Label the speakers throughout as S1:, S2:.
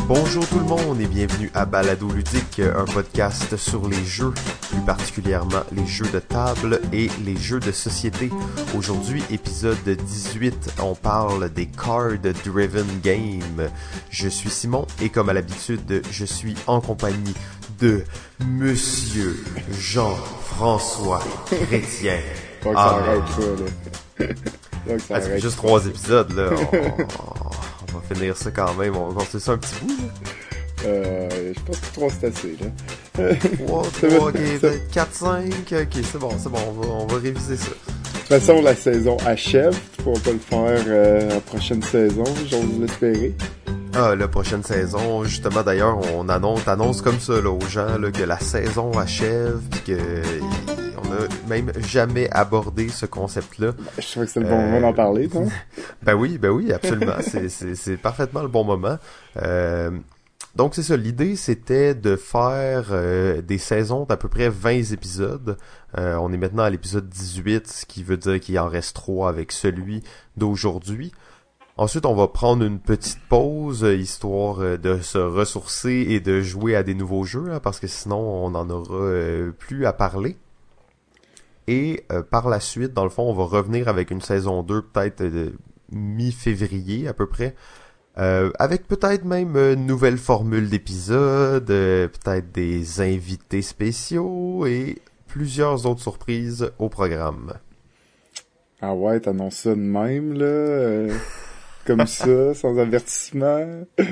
S1: Bonjour tout le monde et bienvenue à Balado Ludique, un podcast sur les jeux, plus particulièrement les jeux de table et les jeux de société. Aujourd'hui, épisode 18, on parle des Card Driven Games. Je suis Simon et comme à l'habitude, je suis en compagnie de Monsieur Jean-François Chrétien.
S2: Faut que ça arrête ça, là.
S1: Ça fait juste 3 épisodes, là. On va finir ça quand même. On va continuer ça un petit bout, là.
S2: Je pense que 3 c'est assez, là.
S1: 3, ok, 4, 5, ok, c'est bon, on va réviser ça.
S2: De toute façon, la saison achève. Tu pourras pas le faire la prochaine saison, j'ose l'espérer.
S1: Ah, la prochaine saison, justement, d'ailleurs, t'annonce comme ça, là, aux gens, là, que la saison achève, pis que on a même jamais abordé ce concept-là.
S2: Je trouvais que c'était le bon moment d'en parler, toi.
S1: Ben oui, absolument. c'est parfaitement le bon moment. Donc c'est ça, l'idée c'était de faire des saisons d'à peu près 20 épisodes. On est maintenant à l'épisode 18, ce qui veut dire qu'il en reste 3 avec celui d'aujourd'hui. Ensuite, on va prendre une petite pause, histoire de se ressourcer et de jouer à des nouveaux jeux, hein, parce que sinon on n'en aura plus à parler. Et par la suite, dans le fond, on va revenir avec une saison 2, peut-être mi-février à peu près. Avec peut-être même une nouvelle formule d'épisodes, peut-être des invités spéciaux et plusieurs autres surprises au programme.
S2: Ah ouais, t'annonces ça de même, là, comme ça, sans avertissement.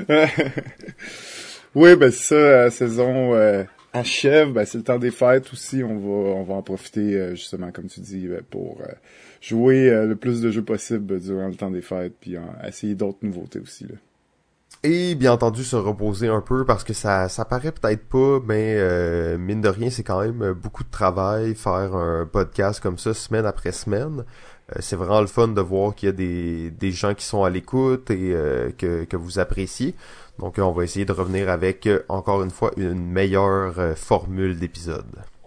S2: Oui, ben c'est ça, la saison achève, ben c'est le temps des fêtes aussi, on va en profiter justement, comme tu dis, pour jouer le plus de jeux possible durant le temps des fêtes, puis essayer d'autres nouveautés aussi, là.
S1: Et bien entendu se reposer un peu parce que ça paraît peut-être pas, mais mine de rien c'est quand même beaucoup de travail faire un podcast comme ça semaine après semaine. C'est vraiment le fun de voir qu'il y a des gens qui sont à l'écoute et que vous appréciez. Donc on va essayer de revenir avec encore une fois une meilleure formule d'épisode.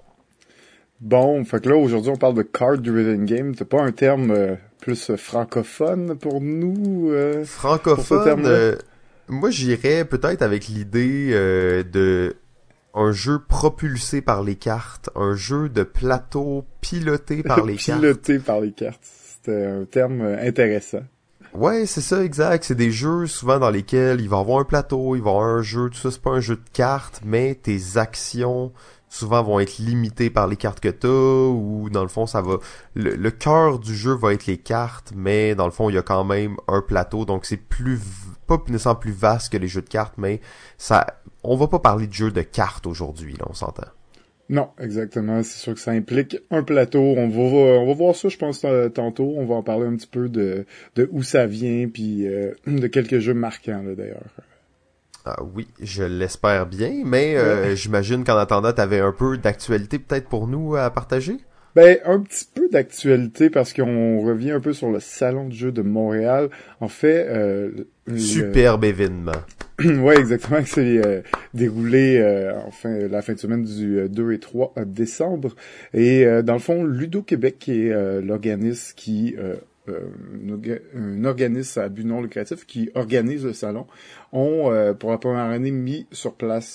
S2: Bon, fait que là aujourd'hui on parle de Card Driven Game. T'as pas un terme plus francophone pour nous
S1: francophone. Pour moi, j'irais peut-être avec l'idée de un jeu propulsé par les cartes, un jeu de plateau piloté par les cartes.
S2: Piloté par les cartes, c'était un terme intéressant.
S1: Ouais, c'est ça, exact. C'est des jeux souvent dans lesquels il va y avoir un plateau, il va y avoir un jeu, tout ça, c'est pas un jeu de cartes, mais tes actions souvent vont être limitées par les cartes que t'as, ou dans le fond, ça va... Le cœur du jeu va être les cartes, mais dans le fond, il y a quand même un plateau, donc c'est pas nécessairement plus vaste que les jeux de cartes, mais ça... On va pas parler de jeux de cartes aujourd'hui, là, on s'entend.
S2: Non, exactement. C'est sûr que ça implique un plateau. On va voir ça, je pense, tantôt. On va en parler un petit peu de où ça vient, puis de quelques jeux marquants, là, d'ailleurs.
S1: Ah oui, je l'espère bien, mais j'imagine qu'en attendant, t'avais un peu d'actualité peut-être pour nous à partager?
S2: Ben, un petit peu d'actualité parce qu'on revient un peu sur le Salon de jeux de Montréal. En fait,
S1: superbe événement.
S2: Ouais, exactement, que c'est déroulé la fin de semaine du 2 et 3 décembre. Et dans le fond, Ludo-Québec, qui est l'organisme qui un organisme à but non lucratif qui organise le salon, ont pour la première année mis sur place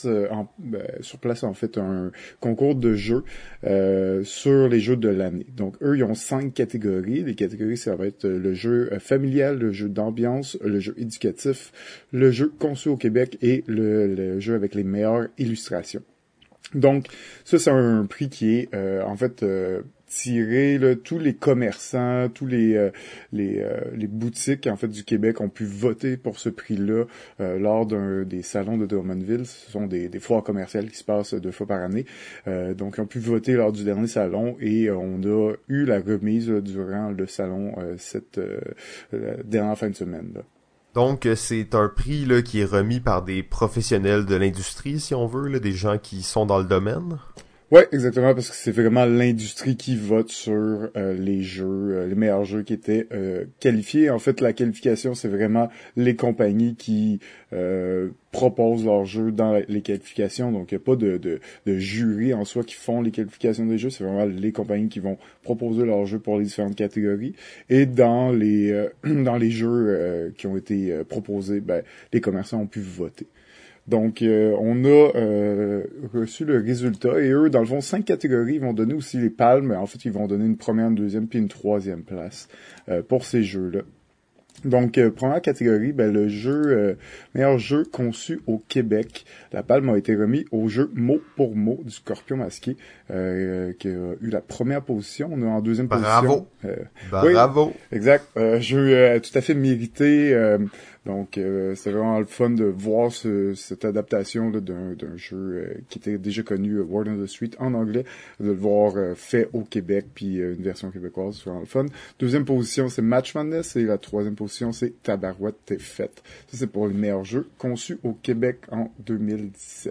S2: en fait un concours de jeux sur les jeux de l'année. Donc eux, ils ont 5 catégories. Les catégories, ça va être le jeu familial, le jeu d'ambiance, le jeu éducatif, le jeu conçu au Québec et le jeu avec les meilleures illustrations. Donc ça, c'est un prix qui est en fait tiré, là, tous les commerçants, tous les boutiques en fait du Québec ont pu voter pour ce prix-là lors des salons de Drummondville. Ce sont des foires commerciales qui se passent 2 fois par année. Donc ils ont pu voter lors du dernier salon et on a eu la remise durant le salon cette dernière fin de semaine, là.
S1: Donc, c'est un prix là qui est remis par des professionnels de l'industrie, si on veut, là, des gens qui sont dans le domaine.
S2: Ouais, exactement, parce que c'est vraiment l'industrie qui vote sur les jeux, les meilleurs jeux qui étaient qualifiés. En fait, la qualification, c'est vraiment les compagnies qui proposent leurs jeux dans les qualifications. Donc, il n'y a pas de jury en soi qui font les qualifications des jeux. C'est vraiment les compagnies qui vont proposer leurs jeux pour les différentes catégories. Et dans les jeux qui ont été proposés, ben, les commerçants ont pu voter. Donc, on a reçu le résultat et eux, dans le fond, 5 catégories, ils vont donner aussi les palmes. En fait, ils vont donner une première, une deuxième, puis une troisième place pour ces jeux-là. Donc, première catégorie, ben, le jeu meilleur jeu conçu au Québec. La palme a été remise au jeu mot pour mot du Scorpion masqué, qui a eu la première position. On est en deuxième
S1: Bravo.
S2: position.
S1: Bravo!
S2: Oui, exact. Jeu tout à fait mérité. Donc, c'est vraiment le fun de voir cette adaptation là, d'un jeu qui était déjà connu, Word on the Street, en anglais, de le voir fait au Québec, puis une version québécoise, c'est vraiment le fun. Deuxième position, c'est Match Madness, et la troisième position, c'est Tabarouette t'es faite. Ça, c'est pour le meilleur jeu conçu au Québec en 2017.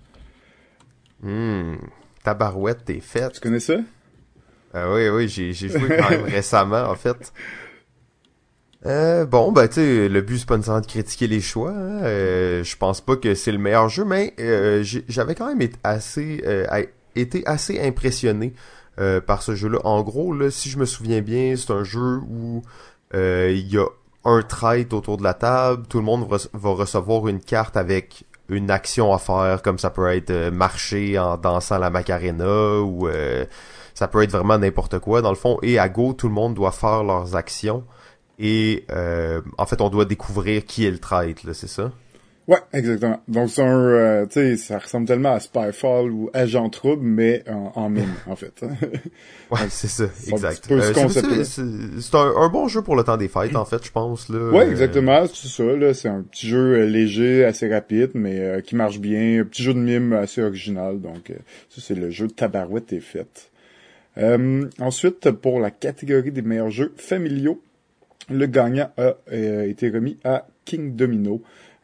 S1: Tabarouette t'es faite.
S2: Tu connais ça?
S1: Oui, j'ai joué quand même récemment, en fait. Bon, ben tu sais, le but c'est pas nécessairement de critiquer les choix. Hein. Je pense pas que c'est le meilleur jeu, mais j'avais quand même été assez impressionné par ce jeu-là. En gros, là, si je me souviens bien, c'est un jeu où il y a un trait autour de la table, tout le monde va recevoir une carte avec une action à faire, comme ça peut être marcher en dansant la Macarena ou ça peut être vraiment n'importe quoi dans le fond. Et à Go, tout le monde doit faire leurs actions. Et en fait, on doit découvrir qui est le traître, là, c'est ça?
S2: Ouais, exactement. Donc c'est un, tu sais, ça ressemble tellement à Spyfall ou Agent Trouble, mais en mime, en fait.
S1: Ouais, c'est ça, exact. C'est un bon jeu pour le temps des fêtes, en fait, je pense, là.
S2: Ouais, exactement, c'est ça, là. C'est un petit jeu léger, assez rapide, mais qui marche bien. Un petit jeu de mime assez original. Donc, ça, c'est le jeu de Tabarouette est fait. Ensuite, pour la catégorie des meilleurs jeux familiaux, le gagnant a été remis à King Domino.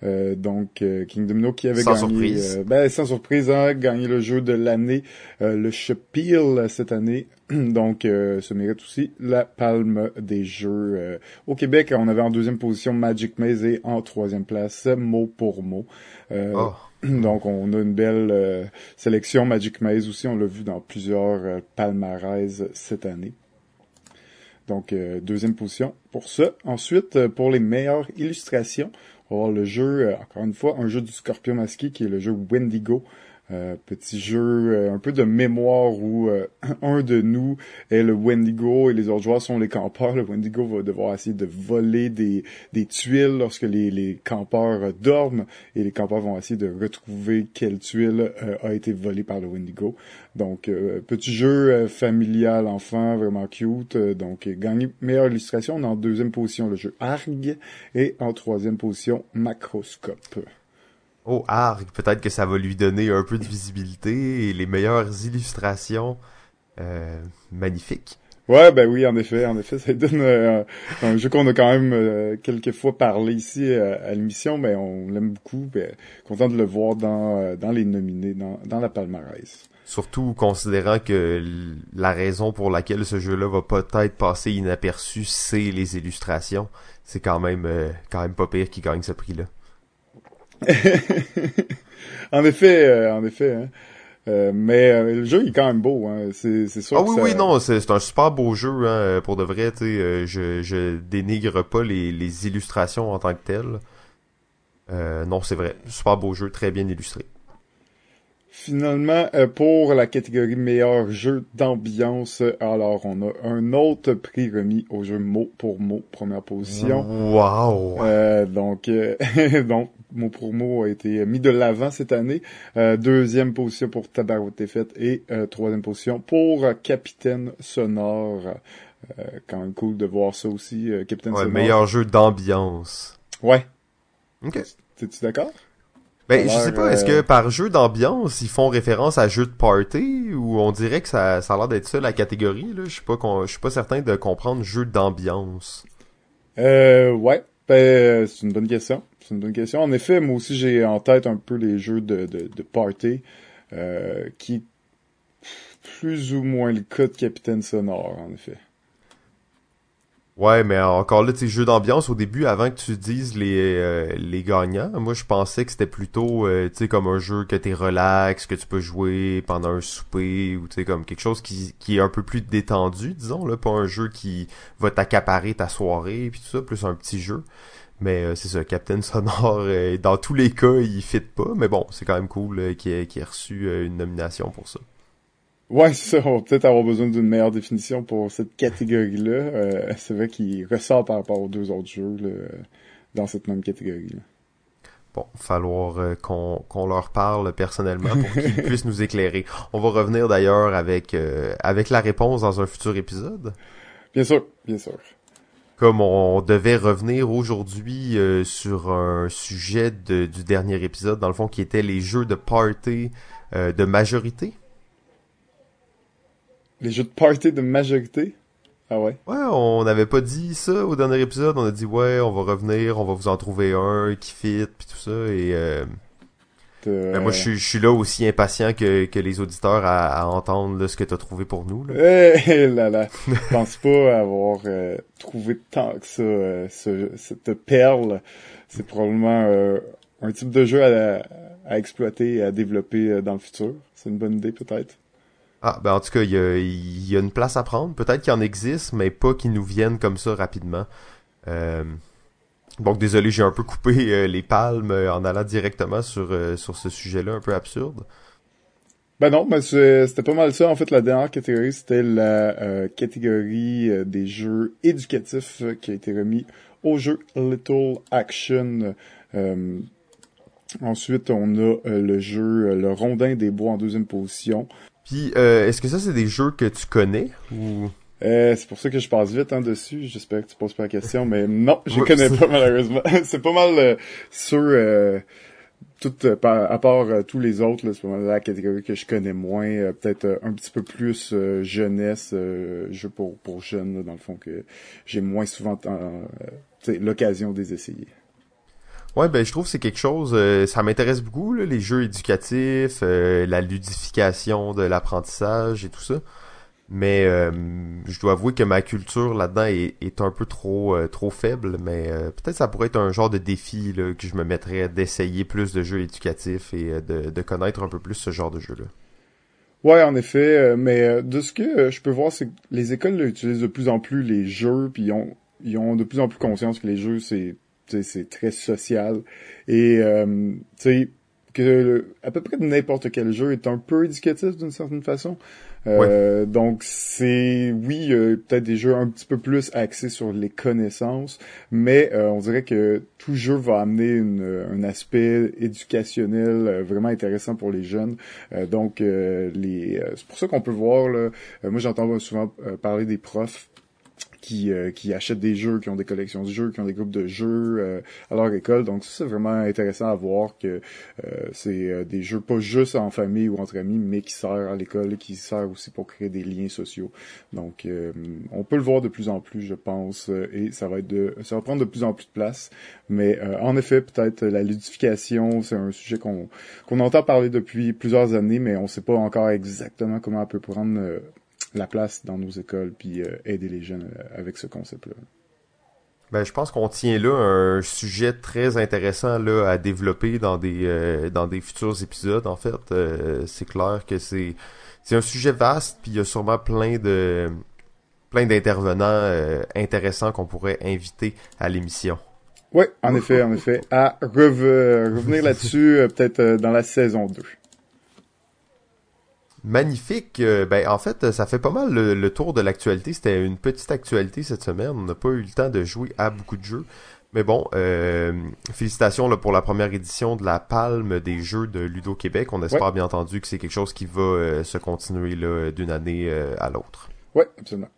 S2: King Domino qui avait
S1: sans
S2: gagné, sans surprise, hein, gagné le jeu de l'année, le Spiel cette année. Donc, se mérite aussi la palme des jeux. Au Québec, on avait en deuxième position Magic Maze et en troisième place mot pour mot. Donc, on a une belle sélection Magic Maze aussi. On l'a vu dans plusieurs palmarès cette année. Donc, deuxième position pour ça. Ensuite, pour les meilleures illustrations, on va avoir le jeu, encore une fois, un jeu du Scorpion masqué qui est le jeu Wendigo. Petit jeu un peu de mémoire où un de nous est le Wendigo et les autres joueurs sont les campeurs. Le Wendigo va devoir essayer de voler des tuiles lorsque les campeurs dorment et les campeurs vont essayer de retrouver quelle tuile a été volée par le Wendigo. Donc, petit jeu familial enfant, vraiment cute. Donc, gagné meilleure illustration. On est en deuxième position le jeu Arg et en troisième position Macroscope.
S1: Oh, Arg, peut-être que ça va lui donner un peu de visibilité et les meilleures illustrations. Magnifiques.
S2: Ouais, ben oui, en effet, ça donne un jeu qu'on a quand même quelques fois parlé ici à l'émission, mais on l'aime beaucoup, ben, content de le voir dans les nominés, dans la palmarès.
S1: Surtout considérant que la raison pour laquelle ce jeu-là va peut-être passer inaperçu, c'est les illustrations. C'est quand même pas pire qu'il gagne ce prix-là.
S2: En effet, hein. Mais le jeu il est quand même beau, hein. C'est sûr.
S1: Ah oui, non, c'est un super beau jeu, hein, pour de vrai. Tu sais, je dénigre pas les illustrations en tant que telles. Non, c'est vrai, super beau jeu, très bien illustré.
S2: Finalement, pour la catégorie meilleur jeu d'ambiance, alors on a un autre prix remis au jeu mot pour mot, première position.
S1: Wow.
S2: Donc, mot pour mot a été mis de l'avant cette année. Deuxième position pour Tabarouette t'es faite et troisième position pour Capitaine Sonore. Quand même cool de voir ça aussi, Capitaine Sonore.
S1: Meilleur jeu d'ambiance.
S2: Ouais.
S1: Ok.
S2: T'es-tu d'accord?
S1: Ben, je sais pas, est-ce que par jeu d'ambiance, ils font référence à jeu de party, ou on dirait que ça a l'air d'être ça la catégorie, là? Je suis pas certain de comprendre jeu d'ambiance.
S2: Ouais. Ben, c'est une bonne question. En effet, moi aussi, j'ai en tête un peu les jeux de party, qui est plus ou moins le cas de Capitaine Sonore, en effet.
S1: Ouais, mais encore là, tu sais, jeu d'ambiance au début, avant que tu dises les gagnants, moi je pensais que c'était plutôt, tu sais, comme un jeu que t'es relax, que tu peux jouer pendant un souper, ou tu sais, comme quelque chose qui est un peu plus détendu, disons, là, pas un jeu qui va t'accaparer ta soirée, puis tout ça, plus un petit jeu. Mais c'est ça, Captain Sonore, dans tous les cas, il fit pas, mais bon, c'est quand même cool qu'il ait reçu une nomination pour ça.
S2: Ouais, c'est ça. On va peut-être avoir besoin d'une meilleure définition pour cette catégorie-là. C'est vrai qu'il ressort par rapport aux deux autres jeux là, dans cette même catégorie-là.
S1: Bon, falloir qu'on leur parle personnellement pour qu'ils puissent nous éclairer. On va revenir d'ailleurs avec la réponse dans un futur épisode.
S2: Bien sûr, bien sûr.
S1: Comme on devait revenir aujourd'hui sur un sujet du dernier épisode, dans le fond, qui était les jeux de party de majorité.
S2: Les jeux de party de majorité? Ah ouais?
S1: Ouais, on n'avait pas dit ça au dernier épisode. On a dit, ouais, on va revenir, on va vous en trouver un qui fit, puis tout ça. Et ben moi, je suis là aussi impatient que les auditeurs à entendre là, ce que t'as trouvé pour nous. Là.
S2: Là là, je pense pas avoir trouvé tant que ça cette perle. C'est probablement un type de jeu à exploiter et à développer dans le futur. C'est une bonne idée peut-être.
S1: Ah, ben en tout cas, il y a une place à prendre. Peut-être qu'il en existe, mais pas qu'ils nous viennent comme ça rapidement. Donc désolé, j'ai un peu coupé les palmes en allant directement sur ce sujet-là un peu absurde.
S2: Ben non, mais c'était pas mal ça. En fait, la dernière catégorie, c'était la catégorie des jeux éducatifs qui a été remis au jeu Little Action. Ensuite, on a le jeu Le Rondin des Bois en deuxième position.
S1: Puis, est-ce que ça, c'est des jeux que tu connais ou...
S2: C'est pour ça que je passe vite dessus. J'espère que tu poses pas la question, mais non, je connais pas malheureusement. C'est pas mal sur tout à part tous les autres. Là, c'est pas mal la catégorie que je connais moins. Peut-être un petit peu plus jeunesse, jeu pour jeunes là, dans le fond que j'ai moins souvent l'occasion de les essayer.
S1: Ouais, ben je trouve que c'est quelque chose, ça m'intéresse beaucoup, là, les jeux éducatifs, la ludification de l'apprentissage et tout ça. Mais je dois avouer que ma culture là-dedans est un peu trop faible, mais peut-être ça pourrait être un genre de défi là, que je me mettrais d'essayer plus de jeux éducatifs et de connaître un peu plus ce genre de jeu-là.
S2: Ouais, en effet, mais de ce que je peux voir, c'est que les écoles là, utilisent de plus en plus les jeux, puis ils ont de plus en plus conscience que les jeux, c'est très social. Et, tu sais, que à peu près n'importe quel jeu est un peu éducatif d'une certaine façon.
S1: Ouais.
S2: Donc c'est oui peut-être des jeux un petit peu plus axés sur les connaissances, mais on dirait que tout jeu va amener un aspect éducationnel vraiment intéressant pour les jeunes. Donc c'est pour ça qu'on peut voir là. Moi j'entends souvent parler des profs qui achètent des jeux, qui ont des collections de jeux, qui ont des groupes de jeux à leur école. Donc ça, c'est vraiment intéressant à voir que c'est des jeux pas juste en famille ou entre amis, mais qui servent à l'école et qui servent aussi pour créer des liens sociaux. Donc on peut le voir de plus en plus, je pense, et ça va prendre de plus en plus de place. Mais en effet, peut-être la ludification, c'est un sujet qu'on entend parler depuis plusieurs années, mais on sait pas encore exactement comment elle peut prendre la place dans nos écoles puis aider les jeunes avec ce concept-là.
S1: Ben, je pense qu'on tient là un sujet très intéressant là à développer dans des futurs épisodes. En fait, c'est clair que c'est un sujet vaste puis il y a sûrement plein d'intervenants intéressants qu'on pourrait inviter à l'émission.
S2: Oui, en effet, à revenir là-dessus peut-être dans la saison 2.
S1: Magnifique. Ben en fait, ça fait pas mal le tour de l'actualité. C'était une petite actualité cette semaine. On n'a pas eu le temps de jouer à beaucoup de jeux. Mais bon, félicitations là, pour la première édition de la Palme des jeux de Ludo Québec. On espère bien entendu que c'est quelque chose qui va se continuer là, d'une année à l'autre.
S2: Oui, absolument.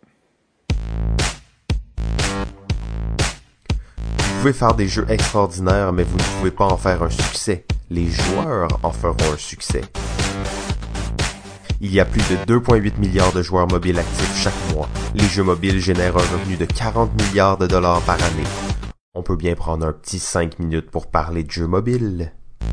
S1: Vous pouvez faire des jeux extraordinaires, mais vous ne pouvez pas en faire un succès. Les joueurs en feront un succès. Il y a plus de 2,8 milliards de joueurs mobiles actifs chaque mois. Les jeux mobiles génèrent un revenu de 40 milliards de dollars par année. On peut bien prendre un petit 5 minutes pour parler de jeux mobiles.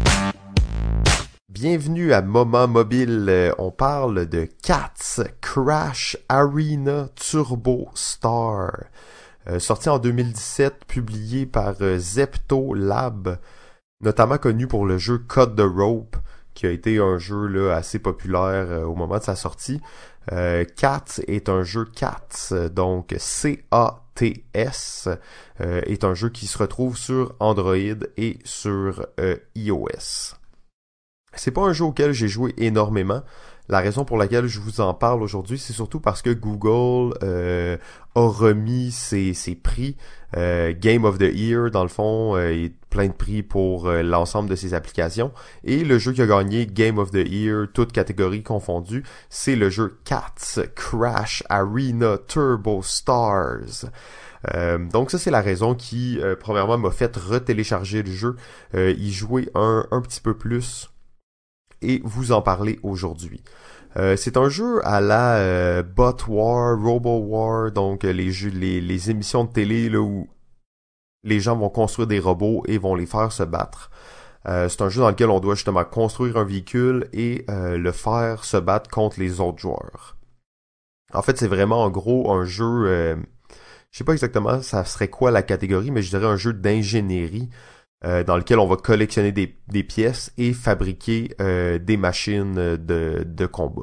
S1: Bienvenue à Moment Mobile. On parle de Cats Crash Arena Turbo Star. sorti en 2017, publié par Zepto Lab, notamment connu pour le jeu Cut the Rope, qui a été un jeu là assez populaire au moment de sa sortie. Cats est un jeu Cats, donc C-A-T-S, est un jeu qui se retrouve sur Android et sur iOS. C'est pas un jeu auquel j'ai joué énormément. La raison pour laquelle je vous en parle aujourd'hui, c'est surtout parce que Google a remis ses prix. Game of the Year, dans le fond, et plein de prix pour l'ensemble de ses applications. Et le jeu qui a gagné Game of the Year, toutes catégories confondues, c'est le jeu Cats Crash Arena Turbo Stars. Donc ça, c'est la raison qui, premièrement, m'a fait retélécharger le jeu, y jouer un petit peu plus et vous en parler aujourd'hui. C'est un jeu à la Bot War, Robo War, donc les émissions de télé là où les gens vont construire des robots et vont les faire se battre. C'est un jeu dans lequel on doit justement construire un véhicule et le faire se battre contre les autres joueurs. En fait, c'est vraiment en gros un jeu, je sais pas exactement ça serait quoi la catégorie, mais je dirais un jeu d'ingénierie dans lequel on va collectionner des pièces et fabriquer des machines de combat.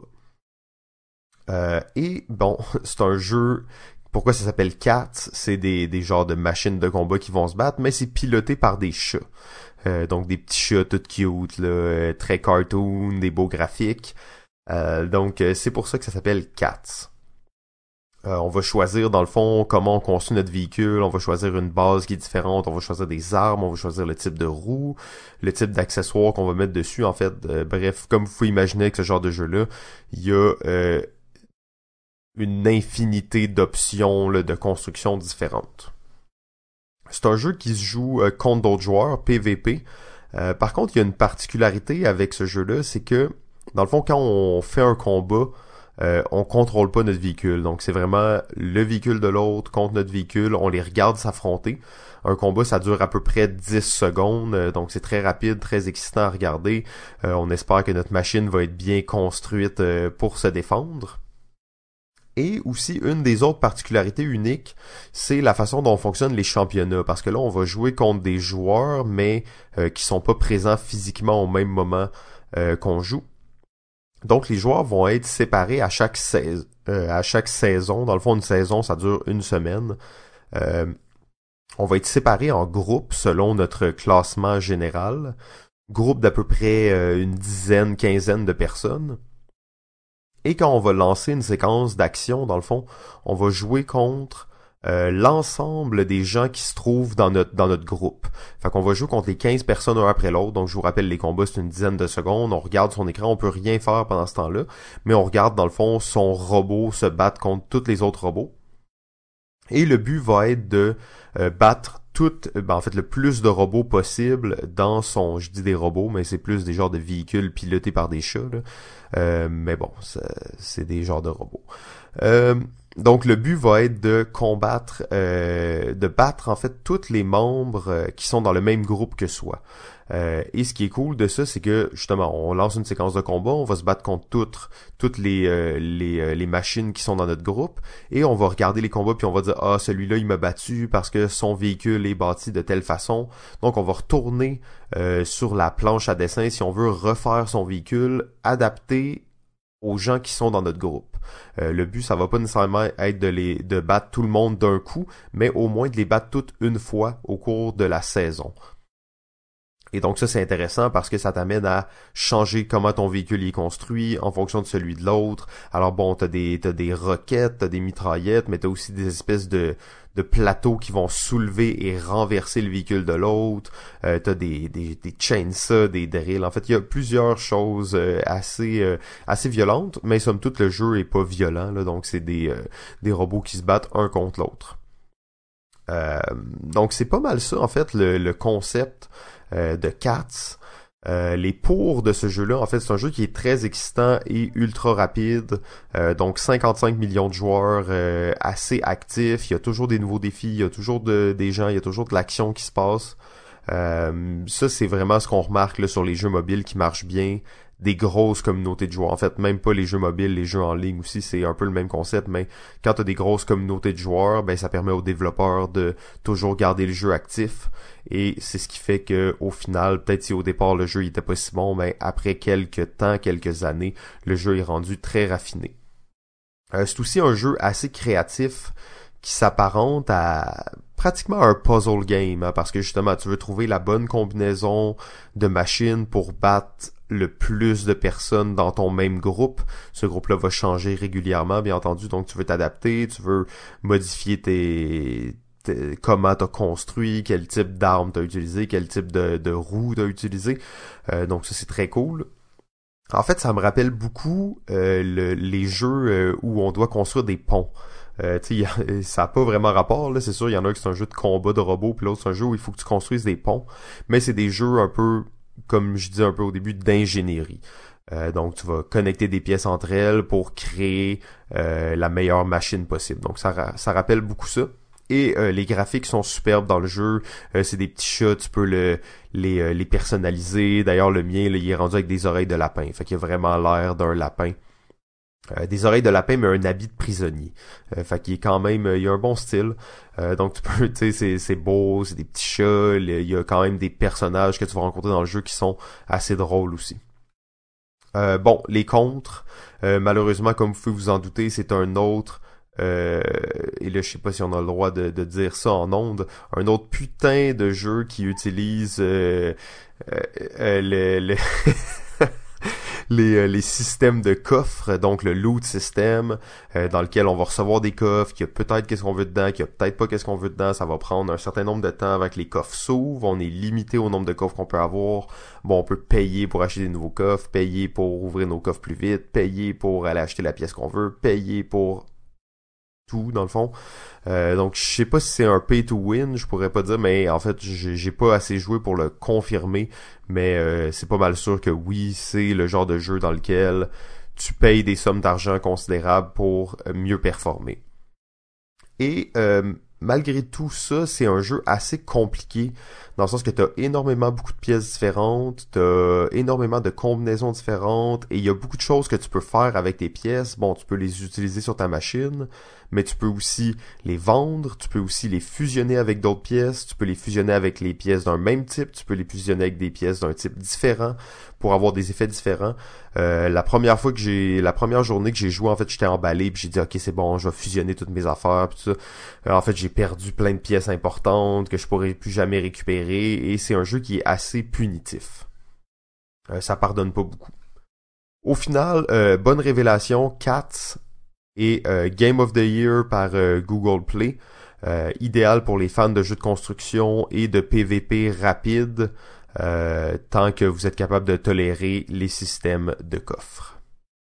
S1: Et bon, c'est un jeu. Pourquoi ça s'appelle Cats? C'est des genres de machines de combat qui vont se battre, mais c'est piloté par des chats. Donc des petits chats tout cute, là, très cartoon, des beaux graphiques. Donc c'est pour ça que ça s'appelle Cats. On va choisir dans le fond comment on construit notre véhicule, on va choisir une base qui est différente, on va choisir des armes, on va choisir le type de roue, le type d'accessoires qu'on va mettre dessus. En fait, bref, comme vous pouvez imaginer avec ce genre de jeu-là, il y a une infinité d'options là, de construction différentes. C'est un jeu qui se joue contre d'autres joueurs, PVP. Par contre, il y a une particularité avec ce jeu-là, c'est que, dans le fond, quand on fait un combat, on contrôle pas notre véhicule. Donc, c'est vraiment le véhicule de l'autre contre notre véhicule. On les regarde s'affronter. Un combat, ça dure à peu près 10 secondes. Donc, c'est très rapide, très excitant à regarder. On espère que notre machine va être bien construite pour se défendre. Et aussi, une des autres particularités uniques, c'est la façon dont fonctionnent les championnats. Parce que là, on va jouer contre des joueurs, mais qui sont pas présents physiquement au même moment qu'on joue. Donc, les joueurs vont être séparés à chaque saison. Dans le fond, une saison, ça dure une semaine. On va être séparés en groupes selon notre classement général. Groupe d'à peu près une dizaine, quinzaine de personnes. Et quand on va lancer une séquence d'action, dans le fond, on va jouer contre l'ensemble des gens qui se trouvent dans notre groupe. Fait qu'on va jouer contre les 15 personnes un après l'autre. Donc je vous rappelle, les combats, c'est une dizaine de secondes. On regarde son écran, on peut rien faire pendant ce temps-là. Mais on regarde, dans le fond, son robot se battre contre tous les autres robots. Et le but va être de battre en fait, le plus de robots possible dans son, je dis des robots, mais c'est plus des genres de véhicules pilotés par des chats, là. Mais bon, c'est des genres de robots. Donc le but va être de combattre, de battre en fait tous les membres qui sont dans le même groupe que soi. Et ce qui est cool de ça, c'est que justement, on lance une séquence de combat, on va se battre contre toutes les machines qui sont dans notre groupe, et on va regarder les combats puis on va dire celui-là il m'a battu parce que son véhicule est bâti de telle façon. Donc on va retourner sur la planche à dessin si on veut refaire son véhicule adapté aux gens qui sont dans notre groupe. Le but, ça va pas nécessairement être de battre tout le monde d'un coup, mais au moins de les battre toutes une fois au cours de la saison. Et donc ça, c'est intéressant parce que ça t'amène à changer comment ton véhicule est construit en fonction de celui de l'autre. Alors bon, t'as des roquettes, t'as des mitraillettes, mais t'as aussi des espèces de plateaux qui vont soulever et renverser le véhicule de l'autre. T'as des chainsaws, des drills. En fait, il y a plusieurs choses assez violentes, mais somme toute, le jeu est pas violent, là, donc c'est des robots qui se battent un contre l'autre. Donc c'est pas mal ça, en fait, le concept de Cats. Les pour de ce jeu-là, en fait, c'est un jeu qui est très excitant et ultra rapide. Donc 55 millions de joueurs assez actifs. Il y a toujours des nouveaux défis, il y a toujours des gens, il y a toujours de l'action qui se passe. Ça, c'est vraiment ce qu'on remarque là, sur les jeux mobiles qui marchent bien des grosses communautés de joueurs. En fait, même pas les jeux mobiles, les jeux en ligne aussi, c'est un peu le même concept, mais quand tu as des grosses communautés de joueurs, ben ça permet aux développeurs de toujours garder le jeu actif, et c'est ce qui fait que au final, peut-être si au départ le jeu il était pas si bon, mais après quelques temps, quelques années, le jeu est rendu très raffiné. C'est aussi un jeu assez créatif qui s'apparente à pratiquement un puzzle game, hein, parce que justement, tu veux trouver la bonne combinaison de machines pour battre le plus de personnes dans ton même groupe. Ce groupe-là va changer régulièrement, bien entendu, donc tu veux t'adapter, tu veux modifier comment t'as construit, quel type d'armes t'as utilisé, quel type de roues t'as utilisé. Donc ça, c'est très cool. En fait, ça me rappelle beaucoup les jeux où on doit construire des ponts. Ça n'a pas vraiment rapport, là, c'est sûr, il y en a un qui c'est un jeu de combat de robots, puis l'autre c'est un jeu où il faut que tu construises des ponts, mais c'est des jeux un peu, comme je disais un peu au début, d'ingénierie. Donc tu vas connecter des pièces entre elles pour créer la meilleure machine possible. Donc ça rappelle beaucoup ça. Et les graphiques sont superbes dans le jeu. C'est des petits chats, tu peux les personnaliser. D'ailleurs, le mien, là, il est rendu avec des oreilles de lapin. Fait qu'il a vraiment l'air d'un lapin. Des oreilles de lapin, mais un habit de prisonnier. Fait qu'il est quand même, il a un bon style. Donc tu peux, tu sais, c'est beau, c'est des petits chats. Il y a quand même des personnages que tu vas rencontrer dans le jeu qui sont assez drôles aussi. Bon, les contres, malheureusement, comme vous pouvez vous en douter, c'est un autre. Et là, je sais pas si on a le droit de dire ça en ondes. Un autre putain de jeu qui utilise le les systèmes de coffres, donc le loot system, dans lequel on va recevoir des coffres, qu'il y a peut-être qu'est-ce qu'on veut dedans, qu'il y a peut-être pas qu'est-ce qu'on veut dedans, ça va prendre un certain nombre de temps avant que les coffres s'ouvrent, on est limité au nombre de coffres qu'on peut avoir, bon, on peut payer pour acheter des nouveaux coffres, payer pour ouvrir nos coffres plus vite, payer pour aller acheter la pièce qu'on veut, payer pour tout dans le fond. Donc je sais pas si c'est un pay to win, je pourrais pas dire, mais en fait j'ai pas assez joué pour le confirmer, mais c'est pas mal sûr que oui, c'est le genre de jeu dans lequel tu payes des sommes d'argent considérables pour mieux performer. Et malgré tout ça, c'est un jeu assez compliqué, dans le sens que t'as énormément beaucoup de pièces différentes, t'as énormément de combinaisons différentes, et il y a beaucoup de choses que tu peux faire avec tes pièces. Bon, tu peux les utiliser sur ta machine, mais tu peux aussi les vendre, tu peux aussi les fusionner avec d'autres pièces, tu peux les fusionner avec les pièces d'un même type, tu peux les fusionner avec des pièces d'un type différent pour avoir des effets différents. La première journée que j'ai joué, en fait, j'étais emballé, puis j'ai dit ok, c'est bon, je vais fusionner toutes mes affaires, puis tout ça. En fait, j'ai perdu plein de pièces importantes que je pourrais plus jamais récupérer, et c'est un jeu qui est assez punitif. Ça pardonne pas beaucoup. Au final, bonne révélation, Cats et Game of the Year par Google Play. Idéal pour les fans de jeux de construction et de PVP rapide, tant que vous êtes capable de tolérer les systèmes de coffres.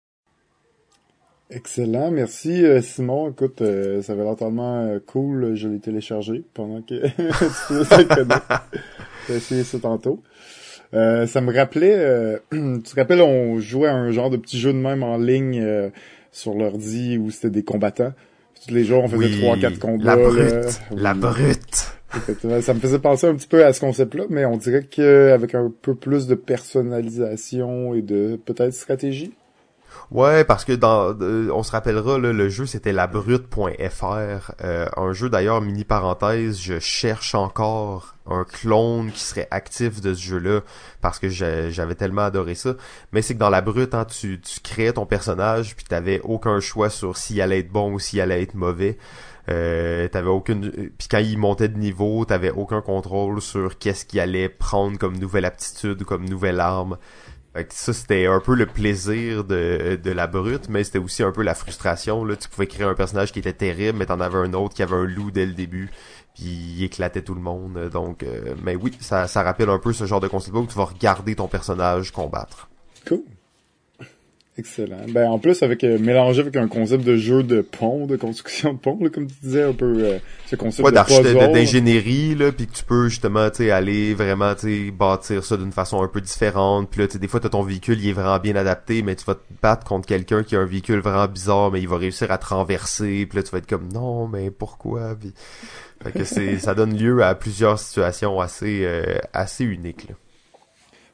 S2: Excellent, merci Simon. Écoute, ça avait l'air tellement cool, je l'ai téléchargé pendant que tu faisais le connaître. J'ai essayé ça tantôt. Ça me rappelait, tu te rappelles, on jouait à un genre de petit jeu de même en ligne sur l'ordi où c'était des combattants. Puis tous les jours, on faisait 3-4 combats.
S1: La brute.
S2: Effectivement, ça me faisait penser un petit peu à ce concept-là, mais on dirait qu'avec un peu plus de personnalisation et de peut-être stratégie.
S1: Ouais, parce que on se rappellera, là, le jeu c'était labrute.fr, un jeu d'ailleurs, mini parenthèse, je cherche encore un clone qui serait actif de ce jeu-là, parce que j'avais tellement adoré ça, mais c'est que dans La Brute, hein, tu créais ton personnage, puis t'avais aucun choix sur s'il allait être bon ou s'il allait être mauvais. T'avais aucune, puis quand il montait de niveau, t'avais aucun contrôle sur qu'est-ce qu'il allait prendre comme nouvelle aptitude ou comme nouvelle arme. Fait que ça, c'était un peu le plaisir de La Brute, mais c'était aussi un peu la frustration, là. Tu pouvais créer un personnage qui était terrible, mais t'en avais un autre qui avait un loup dès le début, puis il éclatait tout le monde. Donc, mais oui, ça rappelle un peu ce genre de concept où tu vas regarder ton personnage combattre.
S2: Cool. Excellent. Ben en plus avec mélangé avec un concept de jeu de pont, de construction de pont, là, comme tu disais, un peu ce concept de puzzle,
S1: d'ingénierie là, puis que tu peux justement tu sais aller vraiment tu sais bâtir ça d'une façon un peu différente. Puis là tu sais des fois t'as ton véhicule, il est vraiment bien adapté, mais tu vas te battre contre quelqu'un qui a un véhicule vraiment bizarre, mais il va réussir à te renverser. Puis là tu vas être comme non mais pourquoi? Puis fait que ça donne lieu à plusieurs situations assez uniques là.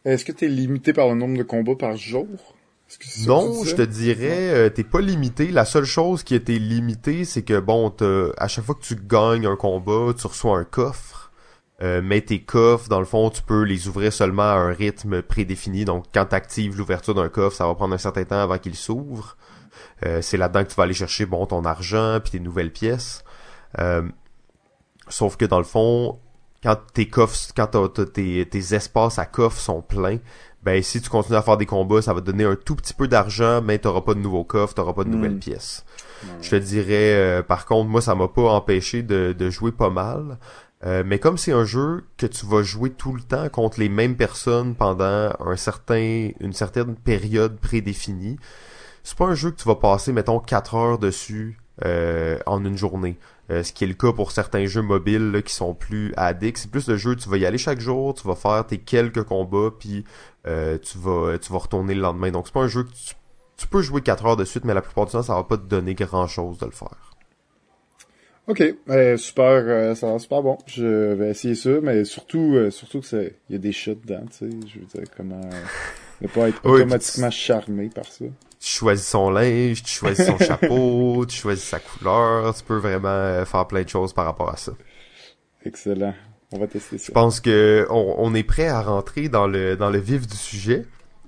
S2: Est-ce que t'es limité par le nombre de combats par jour? Est-ce que c'est ça que tu
S1: Non, je
S2: disais?
S1: te dirais, t'es pas limité. La seule chose qui a été limitée, c'est que bon, à chaque fois que tu gagnes un combat, tu reçois un coffre. Mais tes coffres, dans le fond, tu peux les ouvrir seulement à un rythme prédéfini. Donc, quand tu actives l'ouverture d'un coffre, ça va prendre un certain temps avant qu'il s'ouvre. C'est là-dedans que tu vas aller chercher bon ton argent puis tes nouvelles pièces. Euh, Sauf que dans le fond, quand tes coffres, quand tes espaces à coffres sont pleins, ben si tu continues à faire des combats, ça va te donner un tout petit peu d'argent, mais t'auras pas de nouveaux coffres, t'auras pas de nouvelles pièces. Je te dirais, par contre, moi ça m'a pas empêché de jouer pas mal. Mais comme c'est un jeu que tu vas jouer tout le temps contre les mêmes personnes pendant une certaine période prédéfinie, c'est pas un jeu que tu vas passer, mettons, 4 heures dessus en une journée. Ce qui est le cas pour certains jeux mobiles là, qui sont plus addicts. C'est plus le jeu, tu vas y aller chaque jour, tu vas faire tes quelques combats, puis tu vas retourner le lendemain. Donc c'est pas un jeu que tu peux jouer 4 heures de suite, mais la plupart du temps, ça va pas te donner grand-chose de le faire.
S2: Ok, super, ça a l'air super bon. Je vais essayer ça, mais surtout que il y a des chats dedans, tu sais. Je veux dire, comment ne pas être
S1: Oui,
S2: automatiquement charmé par ça.
S1: tu choisis son linge, tu choisis son chapeau, tu choisis sa couleur, tu peux vraiment faire plein de choses par rapport à ça.
S2: Excellent. On va tester
S1: Je
S2: ça.
S1: pense que on est prêt à rentrer dans le vif du sujet.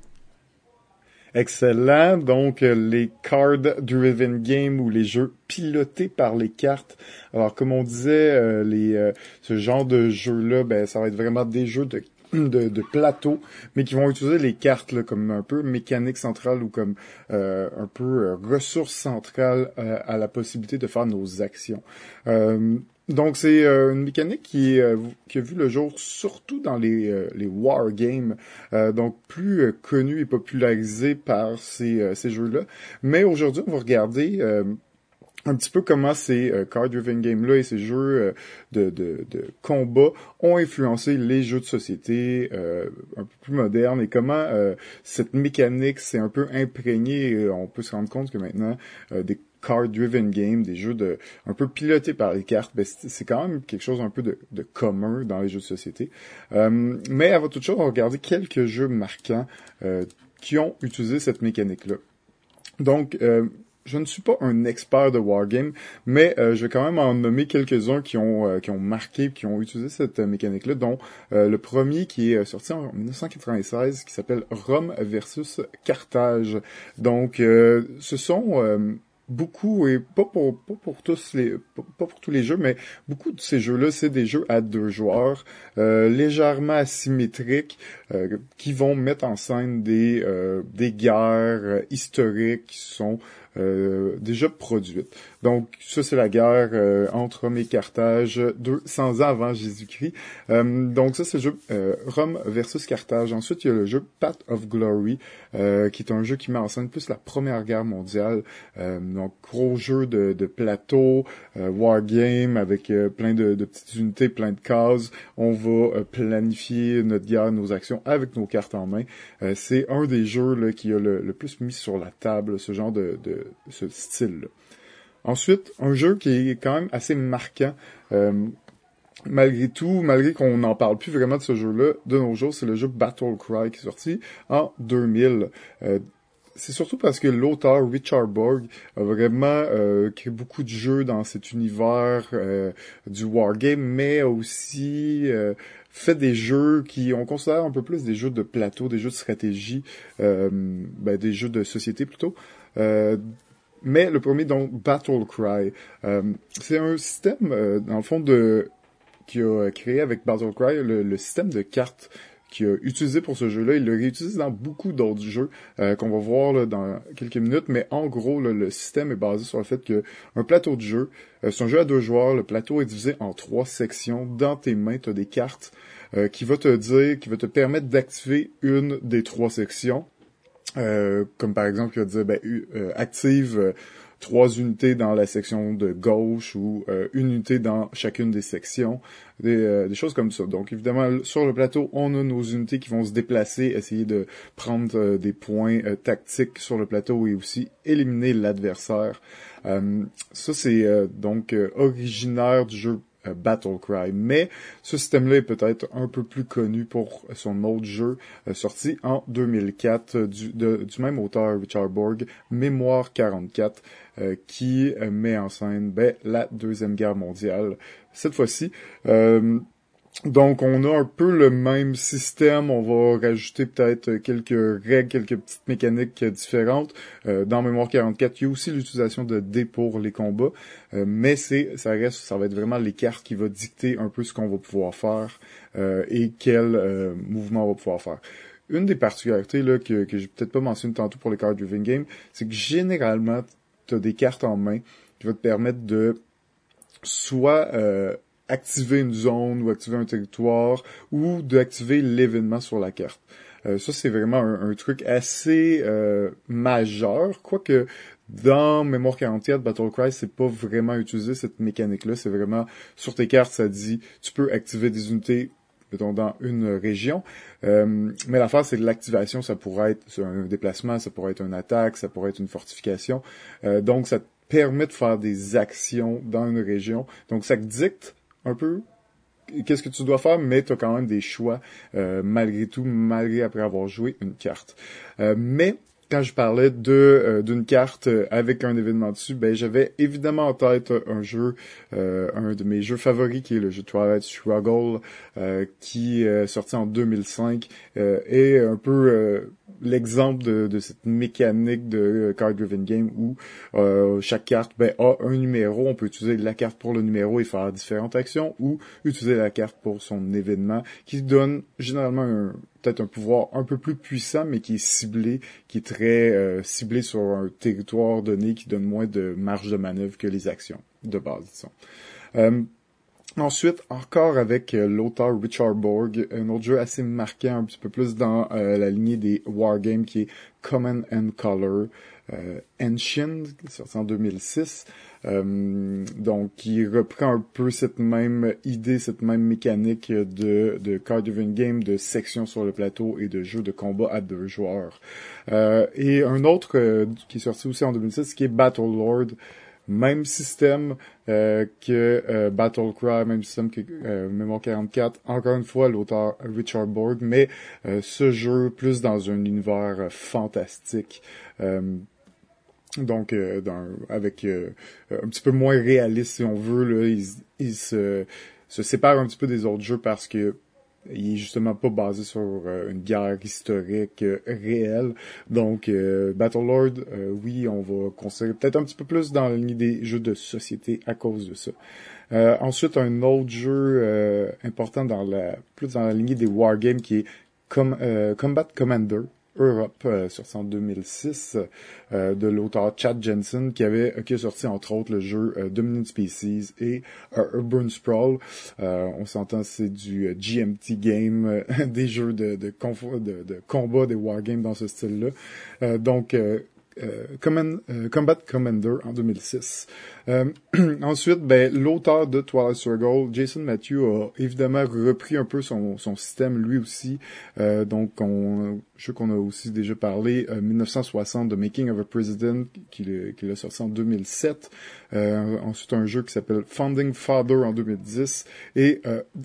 S2: Excellent. Donc, les card-driven games ou les jeux pilotés par les cartes. Alors, comme on disait, ce genre de jeux-là, ben, ça va être vraiment des jeux de plateau, mais qui vont utiliser les cartes là, comme un peu mécanique centrale ou comme un peu ressource centrale à la possibilité de faire nos actions. Donc c'est une mécanique qui a vu le jour surtout dans les wargames, donc plus connue et popularisée par ces jeux-là. Mais aujourd'hui, on va regarder un petit peu comment ces card-driven games-là et ces jeux de combat ont influencé les jeux de société un peu plus modernes et comment cette mécanique s'est un peu imprégnée. On peut se rendre compte que maintenant, des card-driven games, des jeux un peu pilotés par les cartes, ben, c'est quand même quelque chose un peu de commun dans les jeux de société. Mais avant toute chose, on va regarder quelques jeux marquants qui ont utilisé cette mécanique-là. Donc, je ne suis pas un expert de wargame, mais je vais quand même en nommer quelques-uns qui ont marqué, qui ont utilisé cette mécanique-là, dont le premier qui est sorti en 1996, qui s'appelle Rome versus Carthage. Donc, ce sont beaucoup, et pas pour tous les jeux, mais beaucoup de ces jeux-là, c'est des jeux à 2 joueurs, légèrement asymétriques, qui vont mettre en scène des guerres historiques qui sont déjà produites. Donc, ça, c'est la guerre entre Rome et Carthage 200 ans avant Jésus-Christ. Donc, ça, c'est le jeu Rome versus Carthage. Ensuite, il y a le jeu Path of Glory, qui est un jeu qui met en scène plus la Première Guerre mondiale. Donc, gros jeu de plateau, wargame, avec plein de petites unités, plein de cases. On va planifier notre guerre, nos actions avec nos cartes en main. C'est un des jeux là, qui a le plus mis sur la table ce genre de ce style-là. Ensuite, un jeu qui est quand même assez marquant, malgré tout, malgré qu'on n'en parle plus vraiment de ce jeu-là, de nos jours, c'est le jeu Battle Cry qui est sorti en 2000. C'est surtout parce que l'auteur Richard Borg a vraiment créé beaucoup de jeux dans cet univers du wargame, mais a aussi fait des jeux qui on considère un peu plus des jeux de plateau, des jeux de stratégie, des jeux de société plutôt. Mais le premier, donc, Battle Cry, c'est un système, dans le fond, qui a créé avec Battle Cry le système de cartes qu'il a utilisé pour ce jeu-là. Il le réutilise dans beaucoup d'autres jeux qu'on va voir là, dans quelques minutes, mais en gros, là, le système est basé sur le fait que un plateau de jeu, c'est un jeu à 2 joueurs, le plateau est divisé en 3 sections. Dans tes mains, tu as des cartes qui va te permettre d'activer une des 3 sections. Comme par exemple, il va dire, active 3 unités dans la section de gauche ou une unité dans chacune des sections, des choses comme ça. Donc évidemment, sur le plateau, on a nos unités qui vont se déplacer, essayer de prendre des points tactiques sur le plateau et aussi éliminer l'adversaire. Ça, c'est donc originaire du jeu Battle Cry. Mais ce système-là est peut-être un peu plus connu pour son autre jeu sorti en 2004 du même auteur Richard Borg, Mémoire 44, qui met en scène la Deuxième Guerre mondiale. Cette fois-ci, donc, on a un peu le même système. On va rajouter peut-être quelques règles, quelques petites mécaniques différentes. Dans Mémoire 44, il y a aussi l'utilisation de dés pour les combats. Mais ça va être vraiment les cartes qui vont dicter un peu ce qu'on va pouvoir faire et quel mouvement on va pouvoir faire. Une des particularités là que j'ai peut-être pas mentionné tantôt pour les card driven game, c'est que généralement, tu as des cartes en main qui vont te permettre de soit activer une zone ou activer un territoire ou d'activer l'événement sur la carte. Ça, c'est vraiment un truc assez majeur, quoique dans Mémoire 44, Battle Cry, c'est pas vraiment utilisé cette mécanique-là. C'est vraiment, sur tes cartes, ça dit, tu peux activer des unités, mettons, dans une région. Mais l'affaire, c'est que l'activation, ça pourrait être un déplacement, ça pourrait être une attaque, ça pourrait être une fortification. Donc, ça te permet de faire des actions dans une région. Donc, ça te dicte un peu qu'est-ce que tu dois faire, mais tu as quand même des choix malgré tout, malgré après avoir joué une carte. Mais quand je parlais d'une carte avec un événement dessus, j'avais évidemment en tête un jeu, un de mes jeux favoris qui est le jeu Twilight Struggle, qui est sorti en 2005, et un peu l'exemple de cette mécanique de card-driven game où chaque carte a un numéro. On peut utiliser la carte pour le numéro et faire différentes actions, ou utiliser la carte pour son événement, qui donne généralement peut-être un pouvoir un peu plus puissant, mais qui est ciblé, qui est très ciblé sur un territoire donné, qui donne moins de marge de manœuvre que les actions de base, disons. Ensuite, encore avec l'auteur Richard Borg, un autre jeu assez marquant, un petit peu plus dans la lignée des Wargames, qui est Command and Color Ancient, sorti en 2006. Donc, qui reprend un peu cette même idée, cette même mécanique de card-driven game, de section sur le plateau et de jeu de combat à 2 joueurs. Et un autre qui est sorti aussi en 2006, qui est Battle Lord. Même système que Battle Cry, même système que Mémoire 44. Encore une fois, l'auteur Richard Borg, mais ce jeu plus dans un univers fantastique. Donc, avec un petit peu moins réaliste, si on veut. Là, il se sépare un petit peu des autres jeux parce que il est justement pas basé sur une guerre historique réelle. Donc, Battlelord, oui, on va considérer peut-être un petit peu plus dans la ligne des jeux de société à cause de ça. Ensuite, un autre jeu important plus dans la lignée des wargames qui est Combat Commander Europe, sorti en 2006, de l'auteur Chad Jensen, qui a sorti entre autres le jeu Dominant Species et Urban Sprawl. On s'entend, c'est du GMT game, des jeux de combat, des wargames dans ce style-là. Donc, Combat Commander en 2006. Ensuite, l'auteur de Twilight Struggle, Jason Matthew, a évidemment repris un peu son système lui aussi. Donc, je sais qu'on a aussi déjà parlé, 1960, The Making of a President, qu'il a sorti en 2007. Ensuite, un jeu qui s'appelle Founding Father en 2010. Et